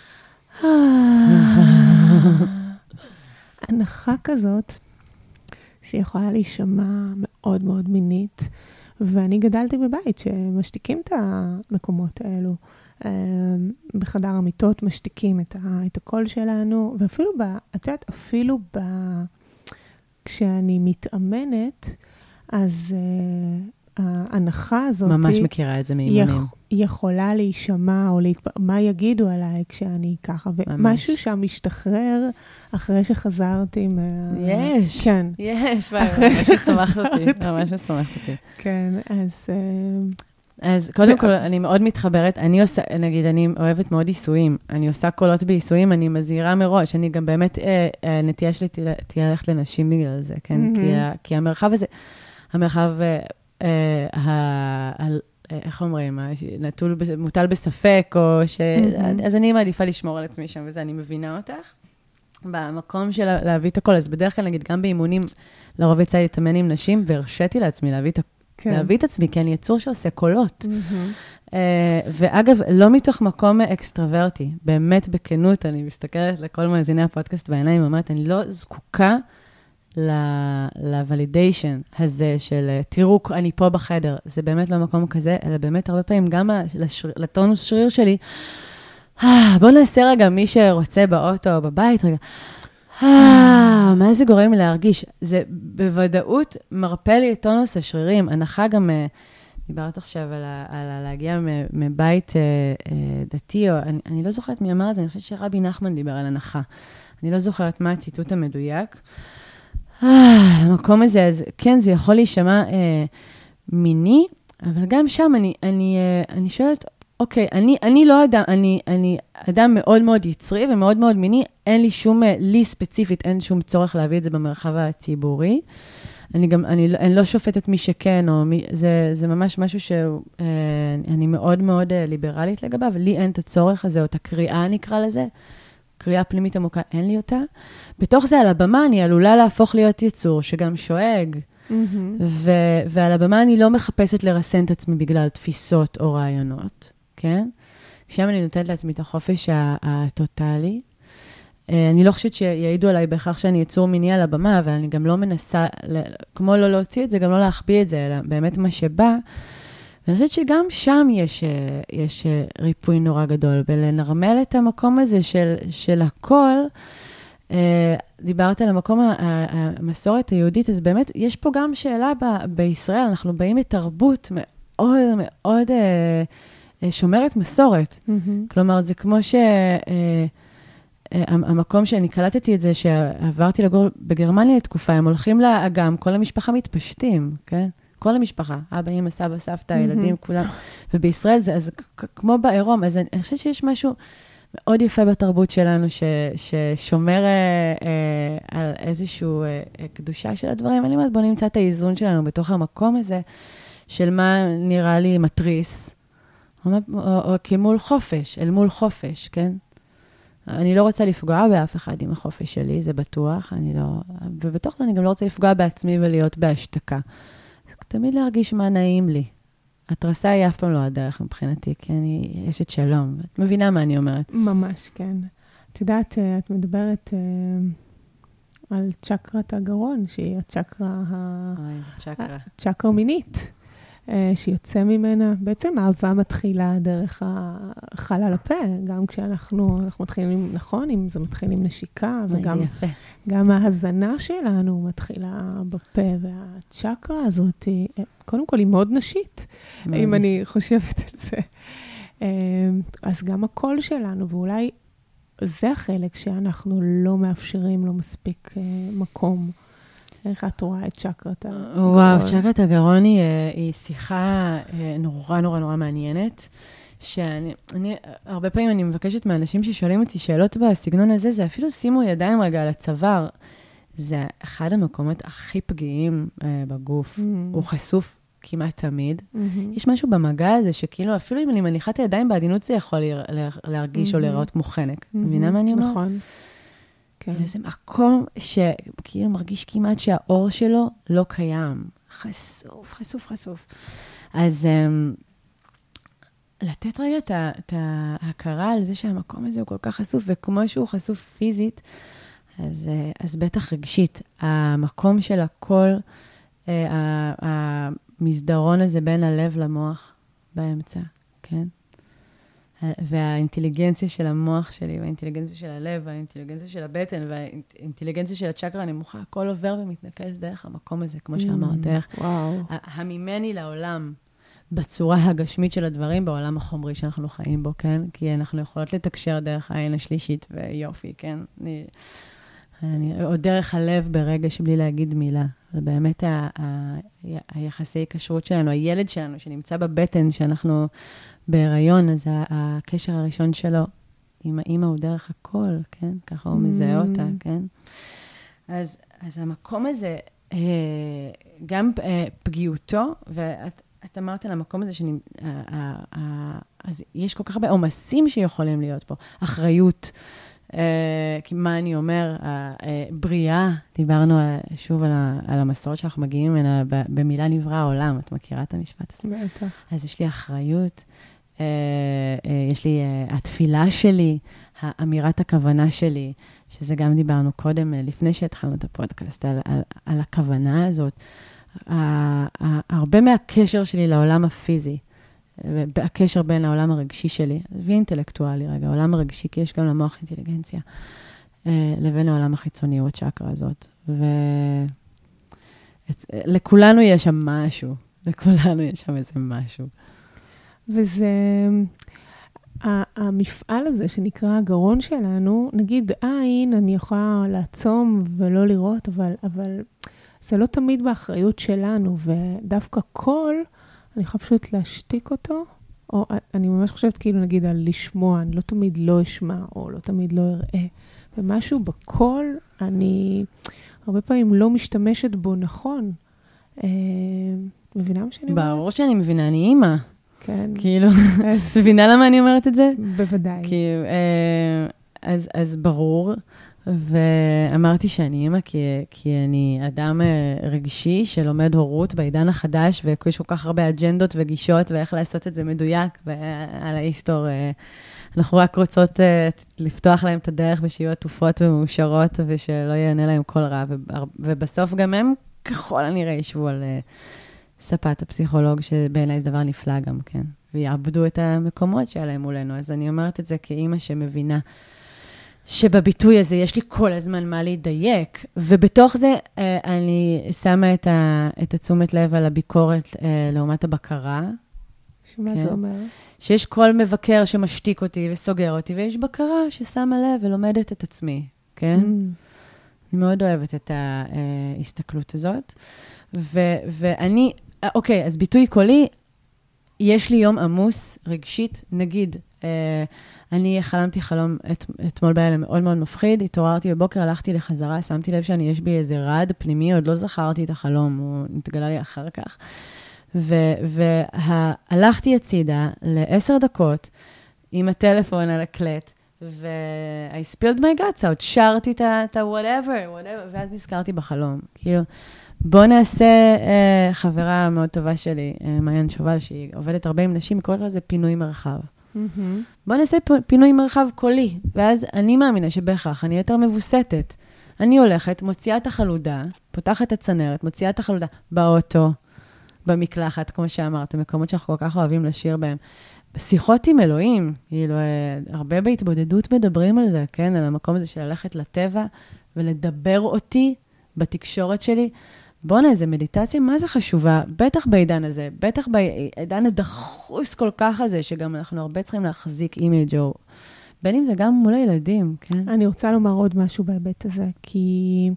הנחה כזאת, שיכולה להישמע מאוד מאוד מינית, ואני גדלתי בבית שמשתיקים את המקומות האלו. בחדר המיטות משתיקים את, ה, את הקול שלנו, ואפילו, ב, את יודעת, אפילו ב, כשאני מתאמנת, אז ההנחה הזאת... ממש מכירה את זה מאימונים. יכ, יכולה להישמע, או להתפ... מה יגידו עליי כשאני ככה, ומשהו שם משתחרר אחרי שחזרתי מה... יש, כן. יש, ממש משמחת אותי, ממש משמחת אותי. כן, אז... אז קודם כל, אני מאוד מתחברת, אני עושה, נגיד, אני אוהבת מאוד עיסויים, אני עושה קולות בעיסויים, אני מזהירה מראש, אני גם באמת, הנטייה שלי תהיה ללכת לנשים בגלל זה, כן? כי המרחב הזה, המרחב, איך אומרים, נטול, מוטל בספק, או ש... אז אני מעדיפה לשמור על עצמי שם, וזה, אני מבינה אותך. במקום של להביא את הכל, אז בדרך כלל, נגיד, גם באימונים, לרוב יצא להתאמן עם נשים, והרשיתי לעצמי להביא את הכל. כן. להביא את עצמי, כי אני יצור שעושה קולות. Mm-hmm. Uh, ואגב, לא מתוך מקום אקסטרוורטי, באמת בכנות, אני מסתכלת לכל מאזיני הפודקאסט בעיניים, אומרת, אני לא זקוקה ל-validation הזה של תראו, אני פה בחדר. זה באמת לא מקום כזה, אלא באמת הרבה פעמים גם לטונוס שריר שלי, בוא נעשה רגע מי שרוצה באוטו או בבית רגע. מה זה גורם להרגיש? זה בוודאות מרפא לי את טונוס השרירים. הנחה גם, דיברת עכשיו על להגיע מבית דתי, או אני לא זוכרת מי אמר את זה, אני חושבת שרבי נחמן דיבר על הנחה. אני לא זוכרת מה הציטוט המדויק. המקום הזה, אז כן, זה יכול להישמע מיני, אבל גם שם אני שואלת, אוקיי, אני, אני לא אדם, אני, אני אדם מאוד מאוד יצרי ומאוד מאוד מיני, אין לי שום, לי ספציפית, אין שום צורך להביא את זה במרחב הציבורי. אני גם, אני, אני לא שופטת מי שכן, או מי, זה, זה ממש משהו שאני מאוד מאוד ליברלית לגביו, לי אין את הצורך הזה, או את הקריאה נקרא לזה, קריאה פנימית עמוקה, אין לי אותה. בתוך זה, על הבמה, אני עלולה להפוך להיות יצור, שגם שואג, mm-hmm. ו- ועל הבמה אני לא מחפשת לרסן את עצמי בגלל תפיסות או רעיונות. כן? שם אני נותנת לעצמי את החופש הטוטלי. אני לא חושבת שיעידו עליי בכך שאני יצור מיני על הבמה, אבל אני גם לא מנסה, כמו לא להוציא את זה, גם לא להחביא את זה, אלא באמת מה שבא. ואני חושבת שגם שם יש, יש ריפוי נורא גדול, ולנרמל את המקום הזה של, של הכל. דיברת על המקום המסורת היהודית, אז באמת יש פה גם שאלה ב- בישראל, אנחנו באים מתרבות מאוד מאוד שומרת מסורת. Mm-hmm. כלומר, זה כמו ש... המקום שאני קלטתי את זה, שעברתי לגור בגרמניה לתקופה, הם הולכים לאגם, כל המשפחה מתפשטים, כן? כל המשפחה, אבא, אמא, סבא, סבתא, ילדים, כולם. ובישראל זה, אז כמו בעירום, אז אני חושבת שיש משהו מאוד יפה בתרבות שלנו, ששומר על איזושהי קדושה של הדברים. אני אומרת, בוא נמצא את האיזון שלנו בתוך המקום הזה, של מה נראה לי מטריס, או, או, או כמול חופש, אל מול חופש, כן? אני לא רוצה לפגוע באף אחד עם החופש שלי, זה בטוח, אני לא... ובתוך זה אני גם לא רוצה לפגוע בעצמי ולהיות בהשתקה. תמיד להרגיש מה נעים לי. התרסה היא אף פעם לא הדרך מבחינתי, כי אני אשת שלום. את מבינה מה אני אומרת? ממש, כן. את יודעת, את מדברת uh, על צ'קרת הגרון, שהיא הצ'קרה ה... אוי, צ'קרה. הצ'קרה מינית. שיוצא ממנה, בעצם האהבה מתחילה דרך החלל הפה, גם כשאנחנו אנחנו מתחילים, נכון, אם זה מתחיל עם נשיקה, וגם גם ההזנה שלנו מתחילה בפה, והצ'קרה הזאת, קודם כל היא מאוד נשית, אם אני חושבת על זה. אז גם הקול שלנו, ואולי זה החלק שאנחנו לא מאפשרים לו מספיק מקום. איך את רואה את צ'קרת הגרון? וואו, צ'קרת הגרון היא, היא שיחה נורא נורא נורא מעניינת, שאני, אני, הרבה פעמים אני מבקשת מאנשים ששואלים אותי שאלות בסגנון הזה, זה אפילו שימו ידיים רגע על הצוואר. זה אחד המקומות הכי פגיעים בגוף. Mm-hmm. הוא חשוף כמעט תמיד. Mm-hmm. יש משהו במגע הזה שכאילו, אפילו אם אני מניחה את הידיים בעדינות, זה יכול להרגיש mm-hmm. או להיראות כמו חנק. Mm-hmm. מבינה מה אני אומרת? נכון. כן. זה מקום שכאילו מרגיש כמעט שהאור שלו לא קיים. חשוף, חשוף, חשוף. אז um, לתת רגע את ההכרה על זה שהמקום הזה הוא כל כך חשוף, וכמו שהוא חשוף פיזית, אז, אז בטח רגשית. המקום של הכל, uh, המסדרון הזה בין הלב למוח באמצע, כן? והאינטליגנציה של המוח שלי, והאינטליגנציה של הלב, והאינטליגנציה של הבטן, והאינטליגנציה של הצ'קרה הנמוכה, הכל עובר ומתנקז דרך המקום הזה, כמו שאמרת, דרך הממני לעולם, בצורה הגשמית של הדברים, בעולם החומרי שאנחנו חיים בו, כן? כי אנחנו יכולות לתקשר דרך העין השלישית, ויופי, כן? אני, אני, או דרך הלב ברגע שבלי להגיד מילה. זה באמת ה, ה, היחסי קשרות שלנו, הילד שלנו שנמצא בבטן, שאנחנו בהיריון, אז הקשר הראשון שלו עם האמא הוא דרך הכל, כן? ככה הוא מזהה אותה, כן? אז, אז המקום הזה, גם פגיעותו, ואת את אמרת על המקום הזה, שאני, אז יש כל כך הרבה עומסים שיכולים להיות פה, אחריות, כי מה אני אומר, בריאה, דיברנו שוב על המסורת שאנחנו מגיעים ממנה, במילה נברא העולם, את מכירה את המשפט הזה? בטח. אז יש לי אחריות, יש לי התפילה שלי, האמירת הכוונה שלי, שזה גם דיברנו קודם, לפני שהתחלנו את הפודקאסט, על, על, על הכוונה הזאת. הרבה מהקשר שלי לעולם הפיזי, הקשר בין העולם הרגשי שלי, ואינטלקטואלי רגע, העולם הרגשי, כי יש גם למוח אינטליגנציה, לבין העולם החיצוני, הוא הצ'קרה הזאת. ולכולנו יש שם משהו, לכולנו יש שם איזה משהו. וזה, המפעל הזה שנקרא הגרון שלנו, נגיד עין, אני יכולה לעצום ולא לראות, אבל, אבל זה לא תמיד באחריות שלנו, ודווקא קול, אני יכולה פשוט להשתיק אותו, או אני ממש חושבת כאילו נגיד על לשמוע, אני לא תמיד לא אשמע, או לא תמיד לא אראה, ומשהו בקול, אני הרבה פעמים לא משתמשת בו נכון. אה, מבינה מה שאני אומרת? ברור שאני מבינה, אני אימא. כן. כאילו, מבינה למה אני אומרת את זה? בוודאי. כי, אה, אז, אז ברור, ואמרתי שאני אימא, כי, כי אני אדם רגשי שלומד הורות בעידן החדש, ויש כל כך הרבה אג'נדות וגישות, ואיך לעשות את זה מדויק, ועל ההיסטור, אנחנו רק רוצות לפתוח להם את הדרך, ושיהיו עטופות ומאושרות, ושלא יענה להם כל רע, ובסוף גם הם ככל הנראה ישבו על ספת הפסיכולוג, שבעיניי זה דבר נפלא גם, כן, ויעבדו את המקומות שעליהם מולנו. אז אני אומרת את זה כאימא שמבינה, שבביטוי הזה יש לי כל הזמן מה להידייק, ובתוך זה אני שמה את, ה, את התשומת לב על הביקורת לעומת הבקרה. שמה כן? זה אומר? שיש כל מבקר שמשתיק אותי וסוגר אותי, ויש בקרה ששמה לב ולומדת את עצמי, כן? Mm. אני מאוד אוהבת את ההסתכלות הזאת. ו, ואני, אוקיי, אז ביטוי קולי, יש לי יום עמוס רגשית, נגיד, אה, אני חלמתי חלום את, אתמול בעלה מאוד מאוד מפחיד, התעוררתי בבוקר, הלכתי לחזרה, שמתי לב שאני יש בי איזה רד פנימי, עוד לא זכרתי את החלום, הוא נתגלה לי אחר כך. והלכתי הצידה לעשר דקות עם הטלפון על הקלט, ו-I spilled my guts out, שרתי את ה-whatever, whatever, ואז נזכרתי בחלום. כאילו, בוא נעשה, uh, חברה מאוד טובה שלי, uh, מעיין שובל, שהיא עובדת הרבה עם נשים, היא קוראת לזה פינוי מרחב. Mm-hmm. בוא נעשה פינוי מרחב קולי, ואז אני מאמינה שבהכרח אני יותר מבוסתת. אני הולכת, מוציאה את החלודה, פותחת את הצנרת, מוציאה את החלודה באוטו, במקלחת, כמו שאמרת, מקומות שאנחנו כל כך אוהבים לשיר בהם. בשיחות עם אלוהים, כאילו, הרבה בהתבודדות מדברים על זה, כן? על המקום הזה של ללכת לטבע ולדבר אותי בתקשורת שלי. בוא נה, איזה מדיטציה, מה זה חשובה? בטח בעידן הזה, בטח בעידן הדחוס כל כך הזה, שגם אנחנו הרבה צריכים להחזיק אימייג' או בין אם זה גם מול הילדים, כן? אני רוצה לומר עוד משהו בהיבט הזה, כי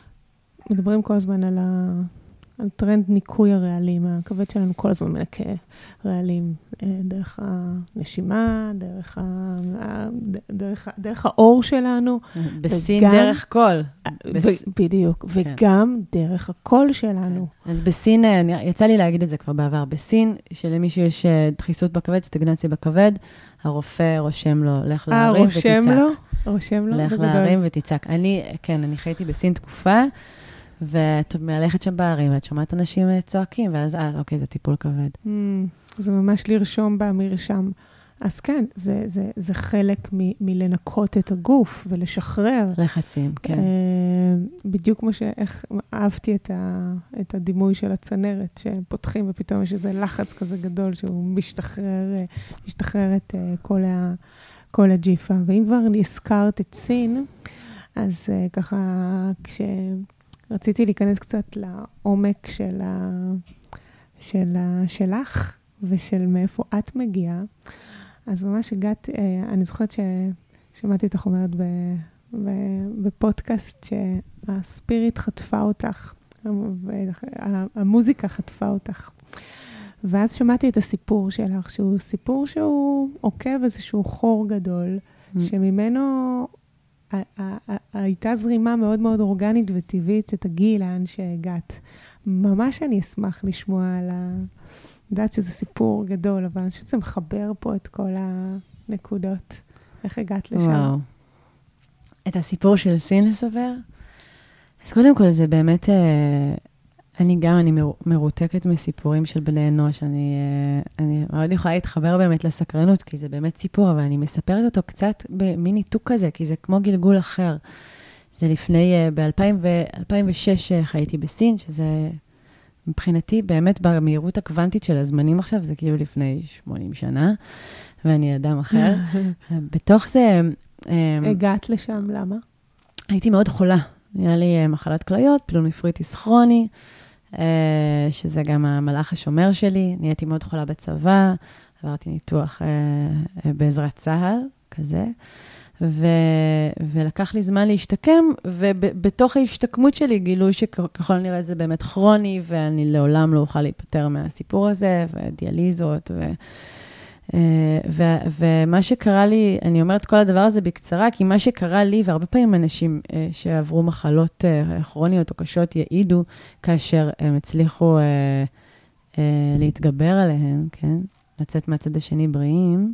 מדברים כל הזמן על ה... על טרנד ניקוי הרעלים, הכבד שלנו כל הזמן מנקה רעלים, דרך הנשימה, דרך, ה... דרך, דרך האור שלנו. בסין וגם... דרך קול. בס... בדיוק, כן. וגם דרך הקול שלנו. כן. אז בסין, יצא לי להגיד את זה כבר בעבר, בסין, שלמישהו יש דחיסות בכבד, סטגנציה בכבד, הרופא רושם לו, לך להרים ותצעק. אה, רושם לו? רושם לו? לך להרים ותצעק. אני, כן, אני חייתי בסין תקופה, ואת מהלכת שם בערים, ואת שומעת אנשים צועקים, ואז, אה, אוקיי, זה טיפול כבד. Mm, זה ממש לרשום במרשם. אז כן, זה, זה, זה חלק מ, מלנקות את הגוף ולשחרר. לחצים, כן. בדיוק כמו שאיך אהבתי את, ה, את הדימוי של הצנרת, שפותחים ופתאום יש איזה לחץ כזה גדול, שהוא משתחרר, משתחרר את כל, ה, כל הג'יפה. ואם כבר נזכרת את סין, אז ככה, כש... רציתי להיכנס קצת לעומק של ה... של ה... שלך, ושל מאיפה את מגיעה. אז ממש הגעת, אני זוכרת ששמעתי אותך אומרת ב... ב... בפודקאסט שהספיריט חטפה אותך, והמוזיקה חטפה אותך. ואז שמעתי את הסיפור שלך, שהוא סיפור שהוא עוקב איזשהו חור גדול, שממנו... הייתה זרימה מאוד מאוד אורגנית וטבעית שתגיעי לאן שהגעת. ממש אני אשמח לשמוע על ה... יודעת שזה סיפור גדול, אבל אני חושבת שזה מחבר פה את כל הנקודות. איך הגעת לשם? וואו. את הסיפור של סין לספר? אז קודם כל זה באמת, אני גם, אני מרותקת מסיפורים של בני אנוש, אני, אני מאוד יכולה להתחבר באמת לסקרנות, כי זה באמת סיפור, אבל אני מספרת אותו קצת במין ניתוק כזה, כי זה כמו גלגול אחר. זה לפני, ב-אלפיים ושש חייתי בסין, שזה מבחינתי באמת במהירות הקוונטית של הזמנים עכשיו, זה כאילו לפני שמונים שנה, ואני אדם אחר. בתוך זה... הגעת לשם, למה? הייתי מאוד חולה. נהיה לי מחלת כליות, פילונפריטיס כרוני, שזה גם המלאך השומר שלי. נהייתי מאוד חולה בצבא, עברתי ניתוח בעזרת צהל, כזה. ו... ולקח לי זמן להשתקם, ובתוך ההשתקמות שלי גילו שככל נראה זה באמת כרוני, ואני לעולם לא אוכל להיפטר מהסיפור הזה, ודיאליזות, ו... ו... ומה שקרה לי, אני אומרת כל הדבר הזה בקצרה, כי מה שקרה לי, והרבה פעמים אנשים שעברו מחלות כרוניות או קשות יעידו, כאשר הם הצליחו להתגבר עליהן, כן? לצאת מהצד השני בריאים,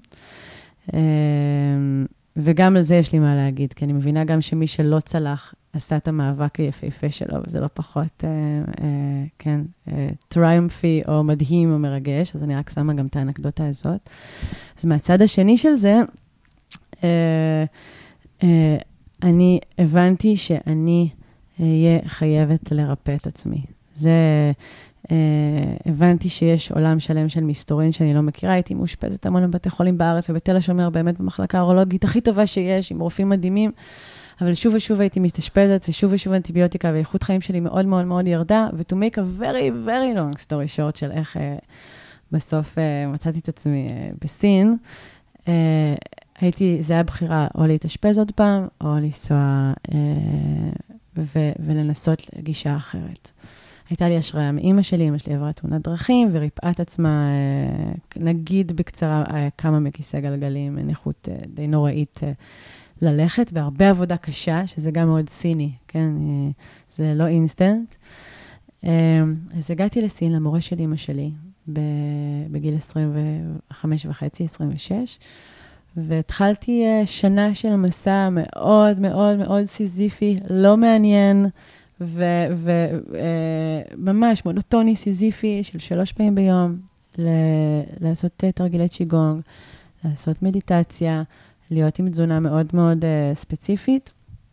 וגם על זה יש לי מה להגיד, כי אני מבינה גם שמי שלא צלח, עשה את המאבק היפהפה שלו, וזה לא פחות, אה, אה, כן, אה, טריומפי או מדהים או מרגש, אז אני רק שמה גם את האנקדוטה הזאת. אז מהצד השני של זה, אה, אה, אני הבנתי שאני אהיה חייבת לרפא את עצמי. זה... Uh, הבנתי שיש עולם שלם של מסתורין שאני לא מכירה, הייתי מאושפזת המון בבתי חולים בארץ, ובתל השומר באמת במחלקה האורולוגית הכי טובה שיש, עם רופאים מדהימים, אבל שוב ושוב הייתי מתאשפזת, ושוב ושוב אנטיביוטיקה, ואיכות חיים שלי מאוד מאוד מאוד ירדה, ו to make a very very long story short של איך uh, בסוף uh, מצאתי את עצמי uh, בסין, uh, הייתי, זה היה בחירה או להתאשפז עוד פעם, או לנסוע uh, ו- ולנסות גישה אחרת. הייתה לי השראה מאמא שלי, אמא שלי עברה תאונת דרכים, וריפאה את עצמה, נגיד בקצרה, כמה מכיסא גלגלים, נכות די נוראית ללכת, והרבה עבודה קשה, שזה גם מאוד סיני, כן? זה לא אינסטנט. אז הגעתי לסין, למורה של אמא שלי, בגיל עשרים וחמש וחצי, עשרים ושש, והתחלתי שנה של מסע מאוד מאוד מאוד סיזיפי, לא מעניין, וממש מונוטוני, סיזיפי, של שלוש פעמים ביום, לעשות תרגילי צ'יגונג, לעשות מדיטציה, להיות עם תזונה מאוד מאוד ספציפית,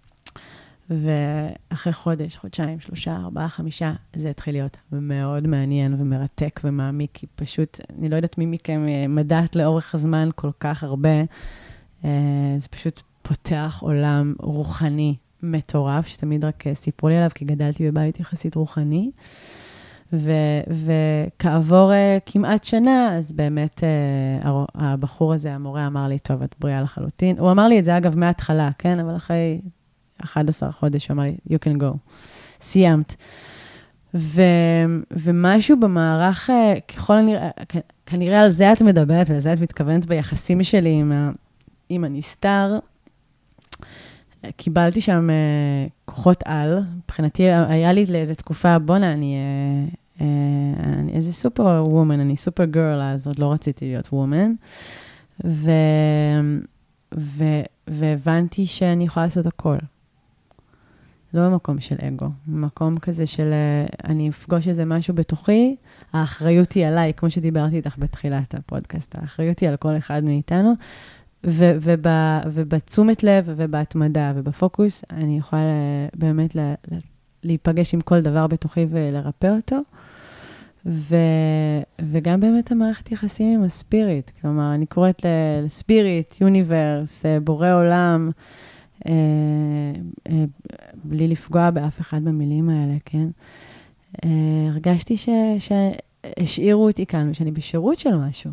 ואחרי חודש, חודשיים, שלושה, ארבעה, חמישה, זה התחיל להיות מאוד מעניין ומרתק ומעמיק, כי פשוט, אני לא יודעת מי מכם מדעת לאורך הזמן כל כך הרבה, זה פשוט פותח עולם רוחני, מטורף, שתמיד רק סיפרו לי עליו, כי גדלתי בבית יחסית רוחני, ו- וכעבור uh, כמעט שנה, אז באמת uh, הבחור הזה, המורה, אמר לי, טוב, את בריאה לחלוטין. הוא אמר לי את זה, אגב, מההתחלה, כן? אבל אחרי אחד עשר חודש, הוא אמר לי, you can go. סיימת. ו- ומשהו במערך, uh, ככל הנראה, כנראה על זה את מדברת, ועל זה את מתכוונת ביחסים שלי עם, ה- עם הנסתר, קיבלתי שם uh, כוחות על, מבחינתי היה לי לאיזו תקופה, בונה, אני, uh, uh, אני איזה סופר וומן, אני סופר גרל, אז עוד לא רציתי להיות וומן, ו, ו, והבנתי שאני יכולה לעשות הכל. לא במקום של אגו, במקום כזה של, uh, אני אפגוש איזה משהו בתוכי, האחריות היא עליי, כמו שדיברתי איתך בתחילת הפודקאסט, האחריות היא על כל אחד מאיתנו, ו- וב- ובתשומת לב ובהתמדה ובפוקוס, אני יכולה באמת לה- להיפגש עם כל דבר בתוכי ולרפא אותו, ו- וגם באמת המערכת יחסים עם הספיריט, כלומר, אני קוראת לספיריט, יוניברס, בורא עולם, אה, אה, בלי לפגוע באף אחד במילים האלה, כן? אה, הרגשתי ש- שהשאירו אותי כאן, שאני בשירות של משהו.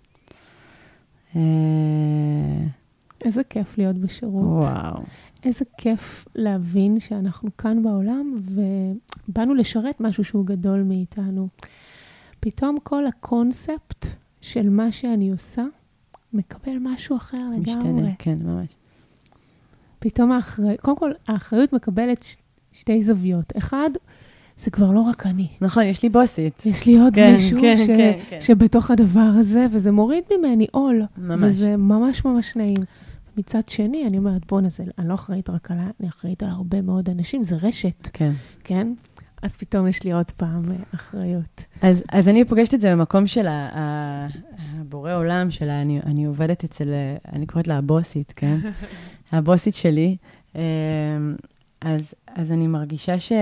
איזה כיף להיות בשירות. וואו. איזה כיף להבין שאנחנו כאן בעולם, ובאנו לשרת משהו שהוא גדול מאיתנו. פתאום כל הקונספט של מה שאני עושה, מקבל משהו אחר לגמרי. משתנה, כן, ממש. פתאום האחריות, קודם כל, האחריות מקבלת ש, שתי זוויות. אחד, זה כבר לא רק אני. נכון, יש לי בוסית. יש לי עוד כן, מישהו כן, ש... כן, כן. שבתוך הדבר הזה, וזה מוריד ממני עול. ממש. וזה ממש ממש נעים. מצד שני, אני אומרת, בוא נזל, אני לא אחראית רק עליי, אני אחראית על הרבה מאוד אנשים, זה רשת. כן. כן? אז פתאום יש לי עוד פעם אחריות. אז, אז אני פוגשת את זה במקום של הבורא עולם, של אני, אני עובדת אצל, אני קוראת לה הבוסית, כן? הבוסית שלי. אז, אז אני מרגישה ש...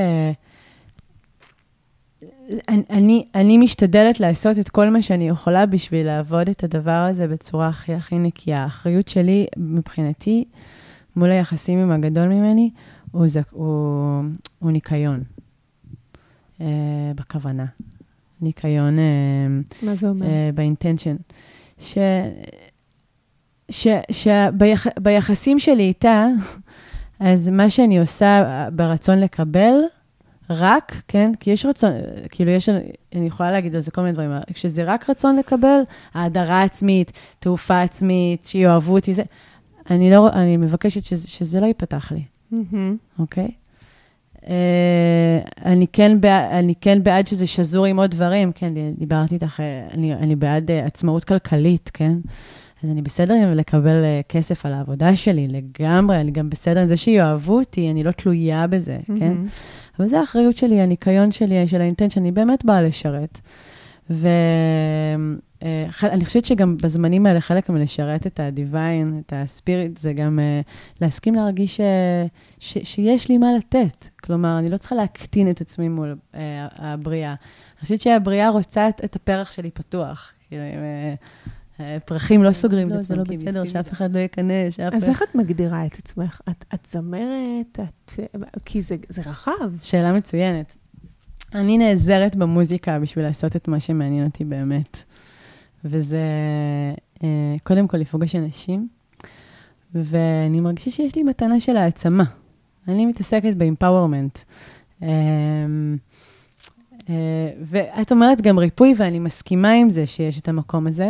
אני, אני, אני משתדלת לעשות את כל מה שאני יכולה בשביל לעבוד את הדבר הזה בצורה הכי הכי נקייה. האחריות שלי, מבחינתי, מול היחסים עם הגדול ממני, הוא, זק, הוא, הוא ניקיון. Uh, בכוונה. ניקיון... Uh, מה זה אומר? Uh, באינטנשן. ש... ש... שביח... ביחסים שלי איתה, אז מה שאני עושה ברצון לקבל, רק, כן? כי יש רצון, כאילו יש, אני יכולה להגיד על זה כל מיני דברים, כשזה רק רצון לקבל, ההדרה עצמית, תעופה עצמית, שיואהבו אותי, זה, אני לא, אני מבקשת שזה, שזה לא ייפתח לי. אוקיי? Uh, אני כן, בעד, אני כן בעד שזה שזור עם עוד דברים, כן, דיברתי איתך, אני, אני בעד uh, עצמאות כלכלית, כן? אז אני בסדר עם לקבל uh, כסף על העבודה שלי, לגמרי, אני גם בסדר עם זה שיואהבו אותי, אני לא תלויה בזה, mm-hmm. כן? אבל זו האחריות שלי, הניקיון שלי, של האינטנט, שאני באמת באה לשרת. ואני חושבת שגם בזמנים האלה, חלק מלשרת את הדיוויין, את הספיריט, זה גם להסכים להרגיש ש, שיש לי מה לתת. כלומר, אני לא צריכה להקטין את עצמי מול הבריאה. אני חושבת שהבריאה רוצה את הפרח שלי פתוח. כאילו, פרחים לא סוגרים את עצמם, כי בסדר, שאף אחד לא ייכנס. אז איך את מגדירה את עצמך? את זמרת? כי זה רחב. שאלה מצוינת. אני נעזרת במוזיקה בשביל לעשות את מה שמעניין אותי באמת. וזה, קודם כל, לפגוש אנשים, ואני מרגישה שיש לי מתנה של העצמה. אני מתעסקת באמפאורמנט. ואת אומרת גם ריפוי, ואני מסכימה עם זה שיש את המקום הזה.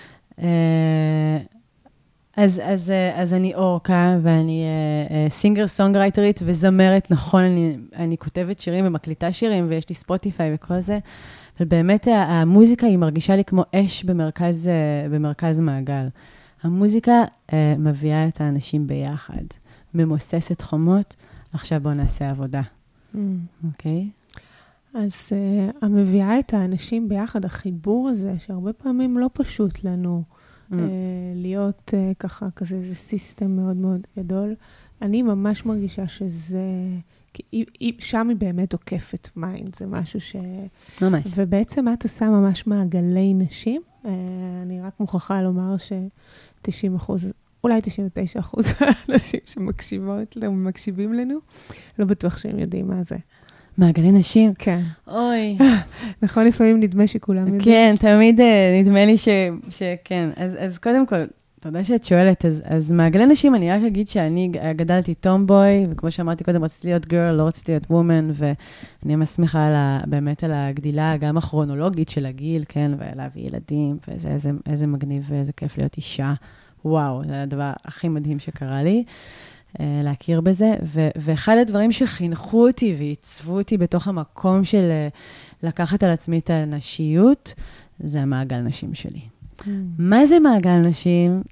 אז, אז, אז אני אורקה, ואני סינגר סונגרייטרית וזמרת, נכון, אני, אני כותבת שירים ומקליטה שירים, ויש לי ספוטיפיי וכל זה, אבל באמת המוזיקה היא מרגישה לי כמו אש במרכז, במרכז מעגל. המוזיקה מביאה את האנשים ביחד, ממוססת חומות, עכשיו בואו נעשה עבודה. אוקיי? אז uh, המביאה את האנשים ביחד, החיבור הזה, שהרבה פעמים לא פשוט לנו mm. uh, להיות uh, ככה, כזה, זה סיסטם מאוד מאוד גדול. אני ממש מרגישה שזה, כי היא, היא, שם היא באמת עוקפת מיינד, זה משהו ש... ממש. ובעצם את עושה ממש מעגלי נשים. Uh, אני רק מוכרחה לומר ש-תשעים אחוז, אולי תשעים ותשעה אחוז האנשים שמקשיבות, מקשיבים לנו, לא בטוח שהם יודעים מה זה. מעגלי נשים? כן. אוי. נכון, לפעמים נדמה שכולם יודעים. כן, תמיד נדמה לי ש, שכן. אז, אז קודם כל, תודה שאת שואלת, אז, אז מעגלי נשים, אני רק אגיד שאני גדלתי טומבוי, וכמו שאמרתי קודם, רציתי להיות גרל, לא רציתי להיות וומן, ואני מסמיכה על ה, באמת על הגדילה, גם הכרונולוגית של הגיל, כן, ולהביא ילדים, ואיזה איזה, איזה מגניב ואיזה כיף להיות אישה. וואו, זה הדבר הכי מדהים שקרה לי. להכיר בזה, ו- ואחד הדברים שחינכו אותי ועיצבו אותי בתוך המקום של לקחת על עצמי את הנשיות, זה המעגל נשים שלי. Mm. מה זה מעגל נשים?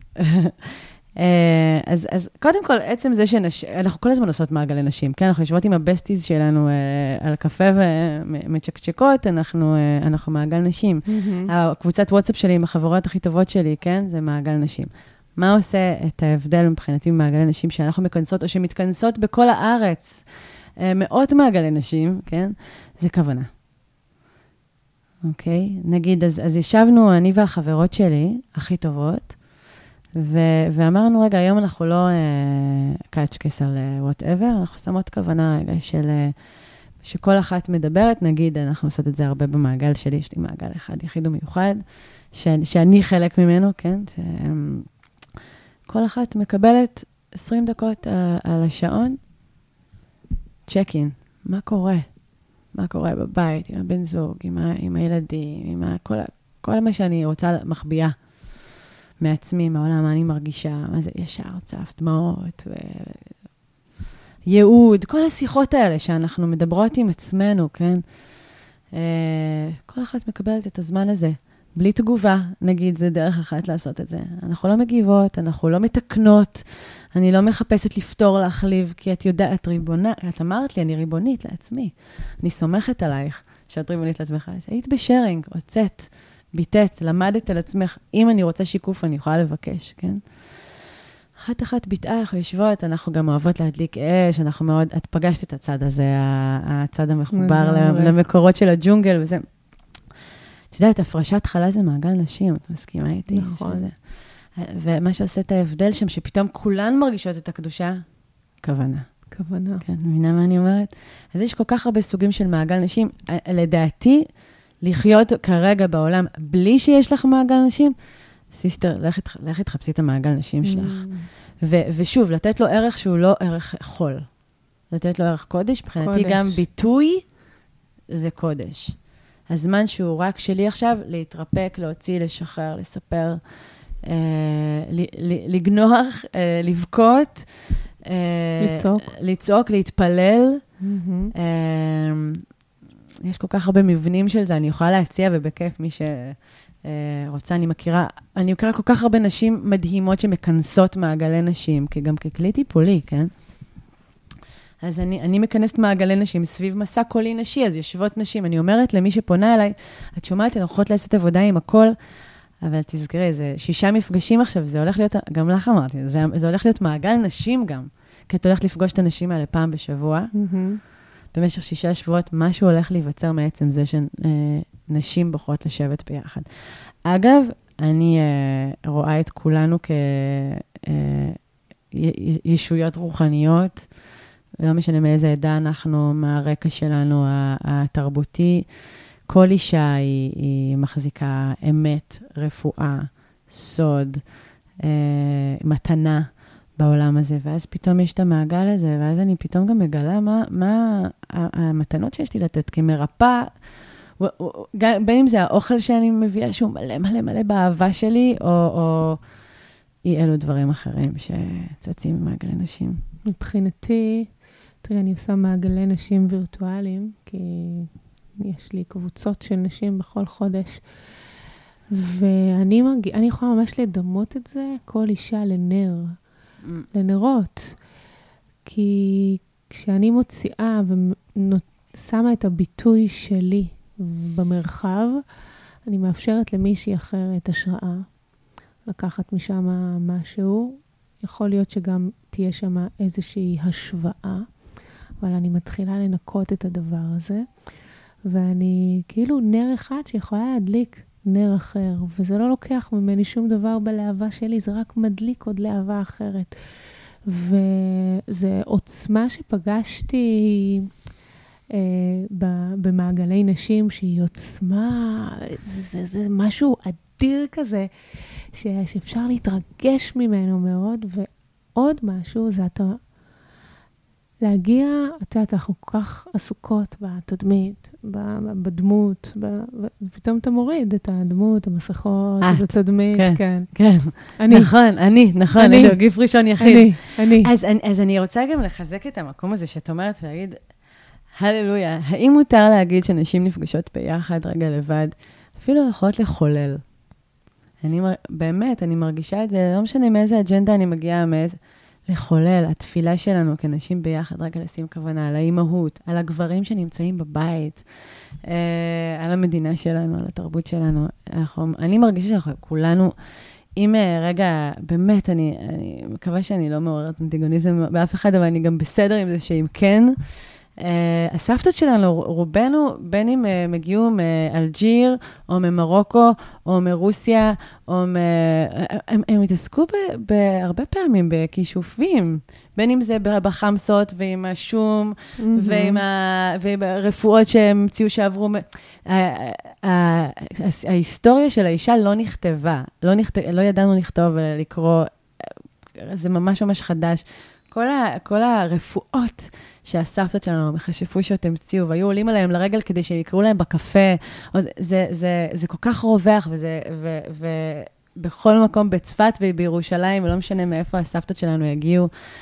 אז, אז קודם כל, עצם זה שאנחנו כל הזמן עושות מעגלי נשים, כן? אנחנו יושבות עם הבסטיז שלנו על קפה ומצ'קצ'קות, אנחנו, אנחנו מעגל נשים. Mm-hmm. הקבוצת וואטסאפ שלי עם החברות הכי טובות שלי, כן? זה מעגל נשים. מה עושה את ההבדל מבחינתי ממעגלי נשים שאנחנו מכנסות, או שמתכנסות בכל הארץ, מאות מעגלי נשים, כן? זה כוונה. אוקיי? נגיד, אז, אז ישבנו, אני והחברות שלי, הכי טובות, ו- ואמרנו, רגע, היום אנחנו לא קאצ'קס על whatever, אנחנו שמות כוונה רגע של, שכל אחת מדברת, נגיד, אנחנו עושות את זה הרבה במעגל שלי, יש לי מעגל אחד יחיד ומיוחד, ש- שאני חלק ממנו, כן? ש- כל אחת מקבלת עשרים דקות על השעון, צ'ק-אין, מה קורה? מה קורה בבית, עם הבן זוג, עם, ה, עם הילדים, עם ה, כל, כל מה שאני רוצה מחביאה מעצמי, מהעולם, מה אני מרגישה, מה זה ישר, צף, דמעות, ו... ייעוד, כל השיחות האלה שאנחנו מדברות עם עצמנו, כן? כל אחת מקבלת את הזמן הזה, בלי תגובה, נגיד, זה דרך אחת לעשות את זה. אנחנו לא מגיבות, אנחנו לא מתקנות, אני לא מחפשת לפתור להחליב, כי את יודעת, את ריבונה, את אמרת לי, אני ריבונית לעצמי. אני סומכת עלייך שאת ריבונית לעצמך. אז היית בשרינג, הוצאת, ביטאת, למדת על עצמך. אם אני רוצה שיקוף, אני יכולה לבקש, כן? אחת אחת ביטאה, אנחנו יושבות, אנחנו גם אוהבות להדליק אש, אנחנו מאוד, את פגשת את הצד הזה, הצד המחובר למקורות של הג'ונגל וזה. את יודעת, הפרשת חלה זה מעגל נשים, את מסכימה איתי? נכון. ומה שעושה את ההבדל שם, שפתאום כולן מרגישות את הקדושה, כוונה. כוונה. כן, מבינה מה אני אומרת? אז יש כל כך הרבה סוגים של מעגל נשים. לדעתי, לחיות כרגע בעולם בלי שיש לך מעגל נשים, סיסטר, לכי תחפשי את המעגל נשים שלך. ושוב, לתת לו ערך שהוא לא ערך חול. לתת לו ערך קודש, מבחינתי גם ביטוי זה קודש. הזמן שהוא רק שלי עכשיו, להתרפק, להוציא, לשחרר, לספר, אה, לגנוח, אה, לבכות, אה, לצעוק. לצעוק, להתפלל. Mm-hmm. אה, יש כל כך הרבה מבנים של זה, אני יכולה להציע, ובכיף מי שרוצה, אני מכירה, אני מכירה כל כך הרבה נשים מדהימות שמכנסות מעגלי נשים, כי גם ככלי טיפולי, כן? אז אני, אני מכנסת מעגלי נשים סביב מסע קולי נשי, אז יושבות נשים. אני אומרת למי שפונה אליי, את שומעת, אנחנו יכולות לעשות עבודה עם הכל, אבל תזכרי, זה שישה מפגשים עכשיו, זה הולך להיות, גם לך אמרתי, זה, זה הולך להיות מעגל נשים גם, כי את הולכת לפגוש את הנשים האלה פעם בשבוע, mm-hmm. במשך שישה שבועות, משהו הולך להיווצר מעצם זה שנשים בוחרות לשבת ביחד. אגב, אני אה, רואה את כולנו כישויות אה, רוחניות, לא משנה מאיזה עדה אנחנו, מהרקע שלנו התרבותי, כל אישה היא, היא מחזיקה אמת, רפואה, סוד, אה, מתנה בעולם הזה, ואז פתאום יש את המעגל הזה, ואז אני פתאום גם מגלה מה, מה המתנות שיש לי לתת כמרפא, בין אם זה האוכל שאני מביאה, שהוא מלא מלא מלא באהבה שלי, או, או אי אלו דברים אחרים שצצים במעגלי נשים. מבחינתי, תראי, אני עושה מעגלי נשים וירטואליים, כי יש לי קבוצות של נשים בכל חודש, ואני מרגיע, אני יכולה ממש לדמות את זה, כל אישה לנר, mm. לנרות. כי כשאני מוציאה ושמה את הביטוי שלי במרחב, אני מאפשרת למישהי אחרת השראה, לקחת משם משהו, יכול להיות שגם תהיה שם איזושהי השוואה, אבל אני מתחילה לנקות את הדבר הזה, ואני כאילו נר אחד שיכולה להדליק נר אחר, וזה לא לוקח ממני שום דבר בלהבה שלי, זה רק מדליק עוד להבה אחרת. וזה עוצמה שפגשתי אה, במעגלי נשים, שהיא עוצמה, זה, זה, זה משהו אדיר כזה, ש, שאפשר להתרגש ממנו מאוד, ועוד משהו, זה אתה להגיע, את יודעת, אנחנו כל כך עסוקות בתדמית, בדמות, ופתאום אתה מוריד את הדמות, המסכות, את התדמית, כן. כן, כן. אני. נכון, אני, נכון, אני גיף ראשון יחיד. אני, אני. אז, אז אני רוצה גם לחזק את המקום הזה שאת אומרת ולהגיד, הללויה, האם מותר להגיד שנשים נפגשות ביחד רגע לבד, אפילו יכולות לחולל. אני, באמת, אני מרגישה את זה, לא משנה מאיזה אג'נדה אני מגיעה, מאיזה... לחולל, התפילה שלנו כנשים ביחד, רגע לשים כוונה, על האימהות, על הגברים שנמצאים בבית, אה, על המדינה שלנו, על התרבות שלנו. אנחנו, אני מרגישה שאנחנו כולנו, אם רגע, באמת, אני, אני מקווה שאני לא מעוררת אנטיגוניזם באף אחד, אבל אני גם בסדר עם זה שאם כן, Uh, הסבתות שלנו, רובנו, בין אם uh, מגיעו מאלג'יר, או ממרוקו, או מרוסיה, או מ... הם, הם התעסקו ב, בהרבה פעמים בכישופים, בין אם זה בחמסות, ועם השום, mm-hmm. ועם, ה... ועם הרפואות שהם המציאו שעברו. ה... ה... ההיסטוריה של האישה לא נכתבה, לא, נכת... לא ידענו לכתוב ולקרוא, זה ממש ממש חדש. כל, ה, כל הרפואות שהסבתות שלנו מחשפו שאת המציאו, והיו עולים עליהם לרגל כדי שהם יקראו להם בקפה, זה, זה, זה, זה כל כך רווח, וזה, ו, ובכל מקום בצפת ובירושלים, ולא משנה מאיפה הסבתות שלנו יגיעו,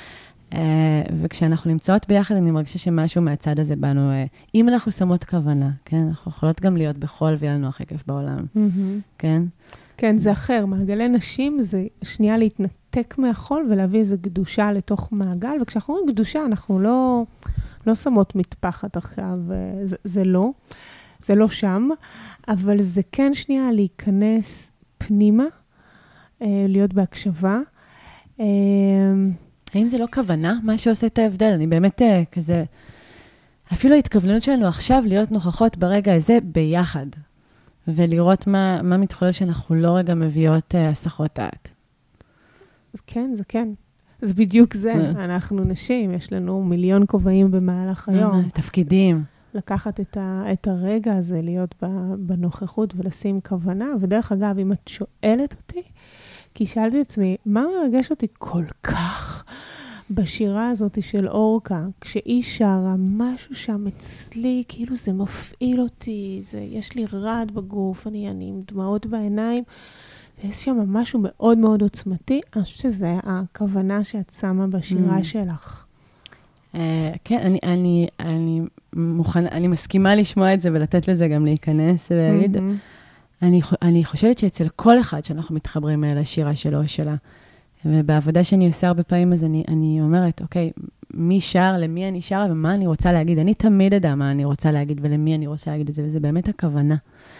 וכשאנחנו נמצאות ביחד, אני מרגישה שמשהו מהצד הזה בנו, אם אנחנו שמות כוונה, כן? אנחנו יכולות גם להיות בחול ויהיה לנו הכי כיף בעולם, כן? כן, זה אחר. מעגלי נשים זה שנייה להתנתק מהחול ולהביא איזו קדושה לתוך מעגל, וכשאנחנו רואים קדושה, אנחנו לא, לא שמות מטפחת עכשיו, זה, זה לא, זה לא שם, אבל זה כן שנייה להיכנס פנימה, להיות בהקשבה. האם זה לא כוונה, מה שעושה את ההבדל? אני באמת כזה, אפילו ההתכווננות שלנו עכשיו להיות נוכחות ברגע הזה ביחד. ולראות מה, מה מתחולל שאנחנו לא רגע מביאות uh, הסחות דעת. אז כן, זה כן. אז בדיוק זה. אנחנו נשים, יש לנו מיליון כובעים במהלך היום. תפקידים. לקחת את, ה, את הרגע הזה, להיות בנוכחות ולשים כוונה. ודרך אגב, אם את שואלת אותי, כי שאלתי את עצמי, מה מרגש אותי כל כך בשירה הזאת של אורקה, כשהיא שרה, משהו שם אצלי, כאילו זה מפעיל אותי, זה, יש לי רעד בגוף, אני, אני עם דמעות בעיניים, ויש שם משהו מאוד מאוד עוצמתי, אני חושבת שזה הכוונה שאת שמה בשירה mm. שלך. Uh, כן, אני, אני, אני, מוכן, אני מסכימה לשמוע את זה ולתת לזה גם להיכנס ולהגיד, mm-hmm. אני, אני חושבת שאצל כל אחד שאנחנו מתחברים לשירה שלו או שלה, ובעבודה שאני עושה הרבה פעמים, אז אני, אני אומרת, אוקיי, מי שר, למי אני שרה, ומה אני רוצה להגיד? אני תמיד יודע מה אני רוצה להגיד, ולמי אני רוצה להגיד את זה, וזה באמת הכוונה.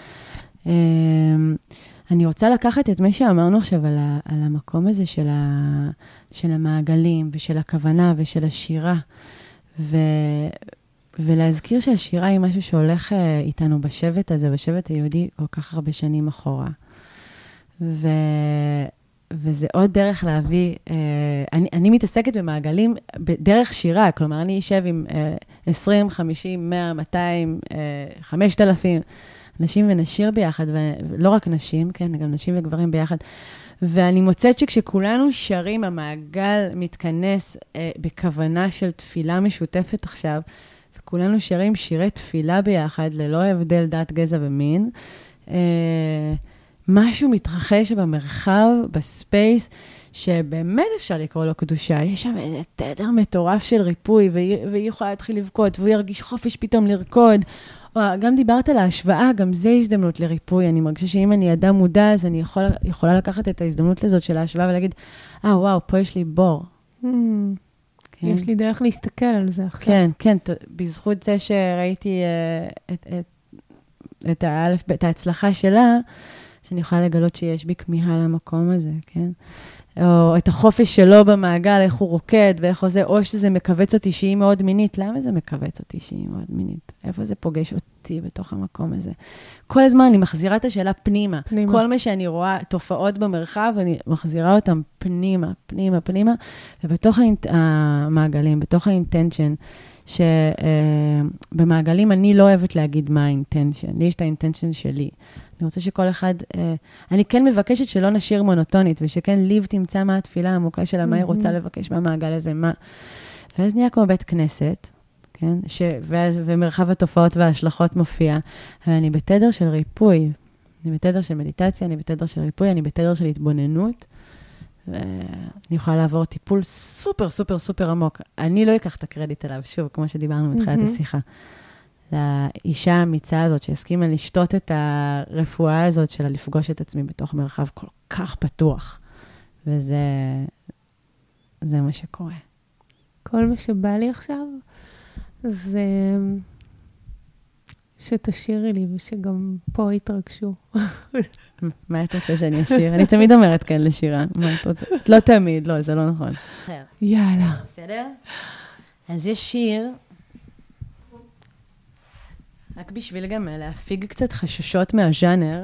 אני רוצה לקחת את מה שאמרנו עכשיו על, ה, על המקום הזה של, ה, של המעגלים, ושל הכוונה, ושל השירה, ו, ולהזכיר שהשירה היא משהו שהולך איתנו בשבט הזה, בשבט היהודי, כל כך הרבה שנים אחורה. ו... וזה עוד דרך להביא, אה, אני, אני מתעסקת במעגלים בדרך שירה, כלומר, אני אשב עם אה, עשרים, חמישים, מאה, מאתיים, אה, חמשת אלפים נשים ונשיר ביחד, ולא רק נשים, כן, גם נשים וגברים ביחד. ואני מוצאת שכשכולנו שרים, המעגל מתכנס אה, בכוונה של תפילה משותפת עכשיו, וכולנו שרים שירי תפילה ביחד, ללא הבדל דת, גזע ומין, אה, משהו מתרחש במרחב, בספייס, שבאמת אפשר לקרוא לו קדושה. יש שם איזה תדר מטורף של ריפוי, והיא, והיא יכולה להתחיל לבכות, והוא ירגיש חופש פתאום לרקוד. או, גם דיברת על ההשוואה, גם זה הזדמנות לריפוי. אני מרגישה שאם אני אדם מודע, אז אני יכול, יכולה לקחת את ההזדמנות לזאת של ההשוואה, ולהגיד, אה, וואו, פה יש לי בור. Mm. כן. יש לי דרך להסתכל על זה עכשיו. כן, כן, בזכות זה שראיתי uh, את, את, את, האלף, את ההצלחה שלה, אז אני יכולה לגלות שיש בי כמיהה למקום הזה, כן? או את החופש שלו במעגל, איך הוא רוקד, ואיך זה, או שזה מקווץ אותי שהיא מאוד מינית. למה זה מקווץ אותי שהיא מאוד מינית? איפה זה פוגש אותי בתוך המקום הזה? כל הזמן אני מחזירה את השאלה פנימה. פנימה. כל מה שאני רואה, תופעות במרחב, אני מחזירה אותם פנימה, פנימה, פנימה, ובתוך המעגלים, בתוך האינטנשן, שבמעגלים אני לא אוהבת להגיד מה האינטנשן. לי יש את האינטנשן שלי. אני רוצה שכל אחד, אה, אני כן מבקשת שלא נשאיר מונוטונית, ושכן ליב תמצא מה התפילה העמוקה שלה, מה היא רוצה לבקש מהמעגל הזה, מה. ואז נהיה כמו בית כנסת, כן? ש, ואז, ומרחב התופעות וההשלכות מופיע, ואני בתדר של ריפוי, אני בתדר של מדיטציה, אני בתדר של ריפוי, אני בתדר של התבוננות, ואני יכולה לעבור טיפול סופר, סופר, סופר עמוק. אני לא אקח את הקרדיט עליו, שוב, כמו שדיברנו מתחילת השיחה. לאישה האמיצה הזאת שהסכימה לשתות את הרפואה הזאת שלה, לפגוש את עצמי בתוך מרחב כל כך פתוח. וזה זה מה שקורה. כל מה שבא לי עכשיו זה שתשירי לי ושגם פה יתרגשו. מה את רוצה שאני אשיר? אני תמיד אומרת כן לשירה. מה את רוצה? לא תמיד, לא, זה לא נכון. יאללה. בסדר? אז יש שיר רק בשביל גם להפיג קצת חששות מהז'אנר.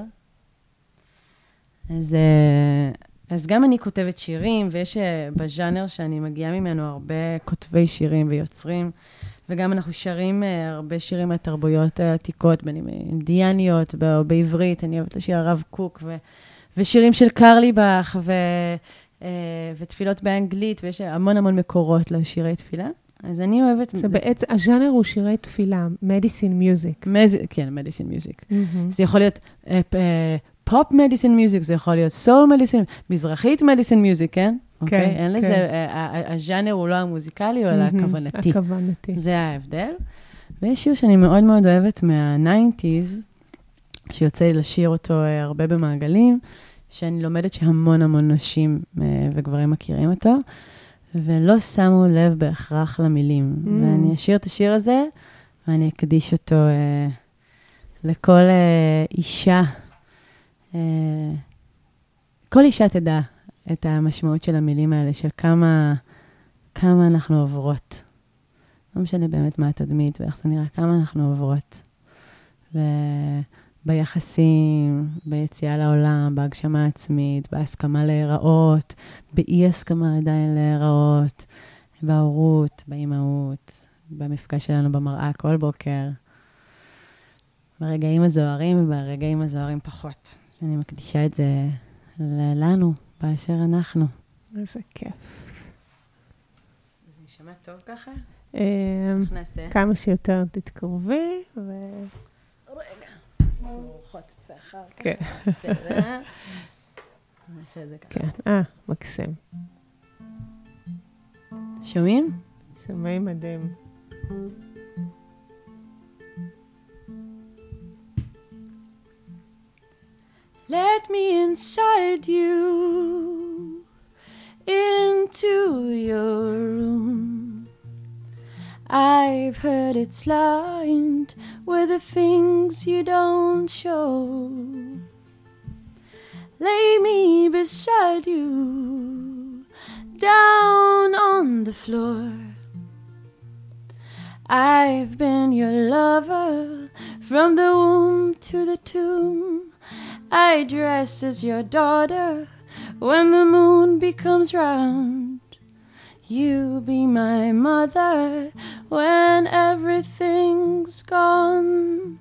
אז, אז גם אני כותבת שירים, ויש בז'אנר שאני מגיעה ממנו הרבה כותבי שירים ויוצרים, וגם אנחנו שרים הרבה שירים מהתרבויות העתיקות, בין אם אינדיאניות או בעברית, אני אוהבת לשיר הרב קוק, ו, ושירים של קרליבך, ו, ותפילות באנגלית, ויש המון המון מקורות לשירי תפילה. אז אני אוהבת... זה בעצם, הז'אנר הוא שירי תפילה, מדיסין מיוזיק. כן, מדיסין מיוזיק. זה יכול להיות פופ מדיסין מיוזיק, זה יכול להיות סול מדיסין, מזרחית מדיסין מיוזיק, כן? אוקיי? כן, אין כן. לזה, הז'אנר הוא לא המוזיקלי, אלא הכוונתי. הכוונתי. זה ההבדל. ויש שיר שאני מאוד מאוד אוהבת מה-ניינטיז, שיוצא לי לשיר אותו הרבה במעגלים, שאני לומדת שהמון המון נשים וגברים מכירים אותו, ולא שמו לב בהכרח למילים. Mm. ואני אשיר את השיר הזה, ואני אקדיש אותו אה, לכל אה, אישה. אה, כל אישה תדע את המשמעות של המילים האלה, של כמה, כמה אנחנו עוברות. לא משנה באמת מה התדמית ואיך זה נראה, כמה אנחנו עוברות. וביחסים, ביציאה לעולם, בהגשמה עצמית, בהסכמה להיראות, באי הסכמה עדיין להיראות, בהורות, באימהות, במפגש שלנו במראה כל בוקר, ברגעים הזוהרים וברגעים הזוהרים פחות. אז אני מקדישה את זה לנו, באשר אנחנו. איזה כיף. זה נשמע טוב ככה? איך נעשה? כמה שיותר תתקרבי, ו... רגע, רוחות אצלך. כן. נעשה את זה ככה. כן, אה, מקסים. שומעים? שומעים מדהים. Let me inside you, into your room. I've heard it's lined with the things you don't show. Lay me beside you, down on the floor. I've been your lover from the womb to the tomb. I dress as your daughter when the moon becomes round. You be my mother when everything's gone.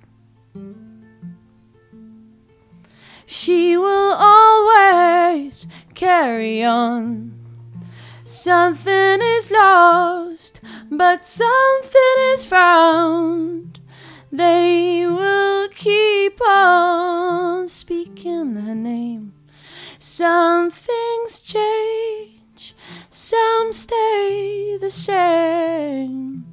She will always carry on. Something is lost, but something is found. They will keep on speaking her name. Some things change, some stay the same.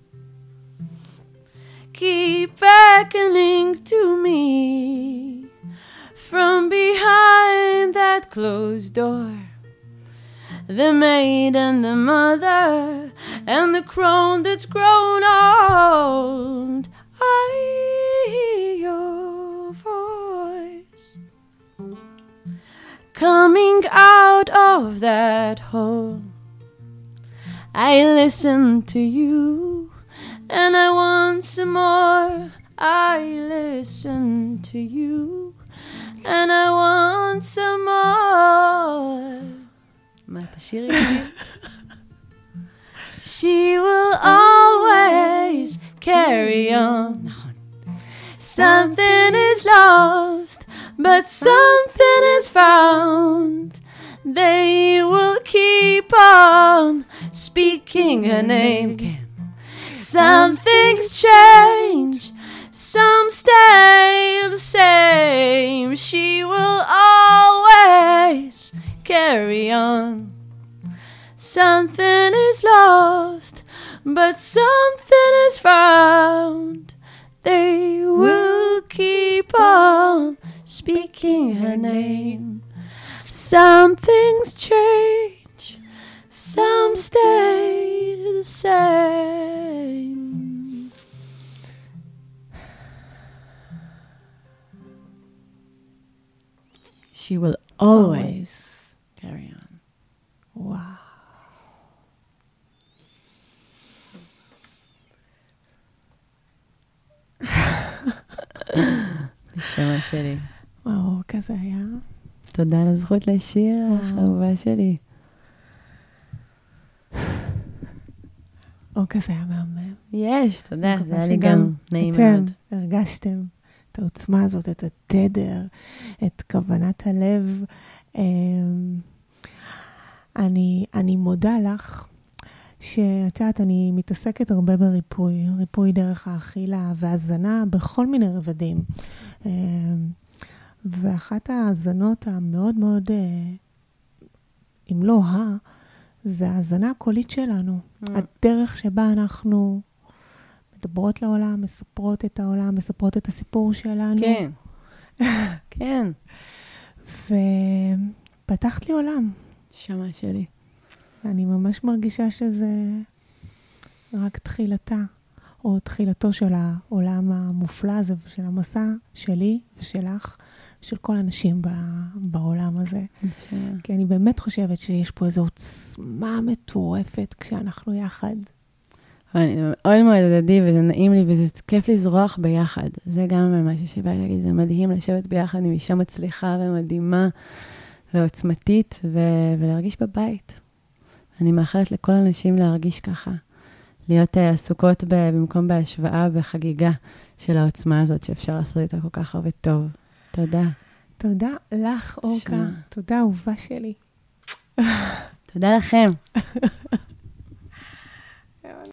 Keep beckoning to me from behind that closed door. The maid and the mother and the crone that's grown old. I hear your voice coming out of that hole. I listen to you and I want some more. I listen to you and I want some more. מה תשאירי לי? She will always carry on. Something is lost, but something is found. They will keep on speaking her name. Some things change, some stay the same. She will always carry on. Something is lost, but something is found. They will keep on speaking her name. Some things change, some stay the same. She will always carry on. וואו. נשמה שלי. וואו, כזה היה. תודה על הזכות לשיר, האהובה שלי. או כזה היה מהמם. יש, תודה. זה היה לי גם נעים מאוד. אתם הרגשתם את העוצמה הזאת, את התדר, את כוונת הלב. אני, אני מודה לך שאת יודעת, אני מתעסקת הרבה בריפוי, ריפוי דרך האכילה והזנה בכל מיני רבדים. ואחת ההזנות המאוד מאוד אם לא ה, זה ההזנה הקולית שלנו. Mm. הדרך שבה אנחנו מדברות לעולם, מספרות את העולם, מספרות את הסיפור שלנו. כן. כן. ופתחת לי עולם. שמה שלי. אני ממש מרגישה שזה רק תחילתה, או תחילתו של העולם המופלא הזה, של המסע שלי ושלך, של כל האנשים בעולם הזה. שמה. כי אני באמת חושבת שיש פה איזו עוצמה מטורפת כשאנחנו יחד. אני מאוד מאוד הדדי, וזה נעים לי, וזה כיף לזרוח ביחד. זה גם משהו שבא להגיד, זה מדהים לשבת ביחד עם אישה מצליחה ומדהימה ועוצמתית, ו- ולהרגיש בבית. אני מאחלת לכל אנשים להרגיש ככה, להיות עסוקות ב- במקום בהשוואה וחגיגה של העוצמה הזאת, שאפשר לעשות איתה כל כך הרבה טוב. תודה. תודה לך, אורקה. תודה, אהובה שלי. תודה לכם.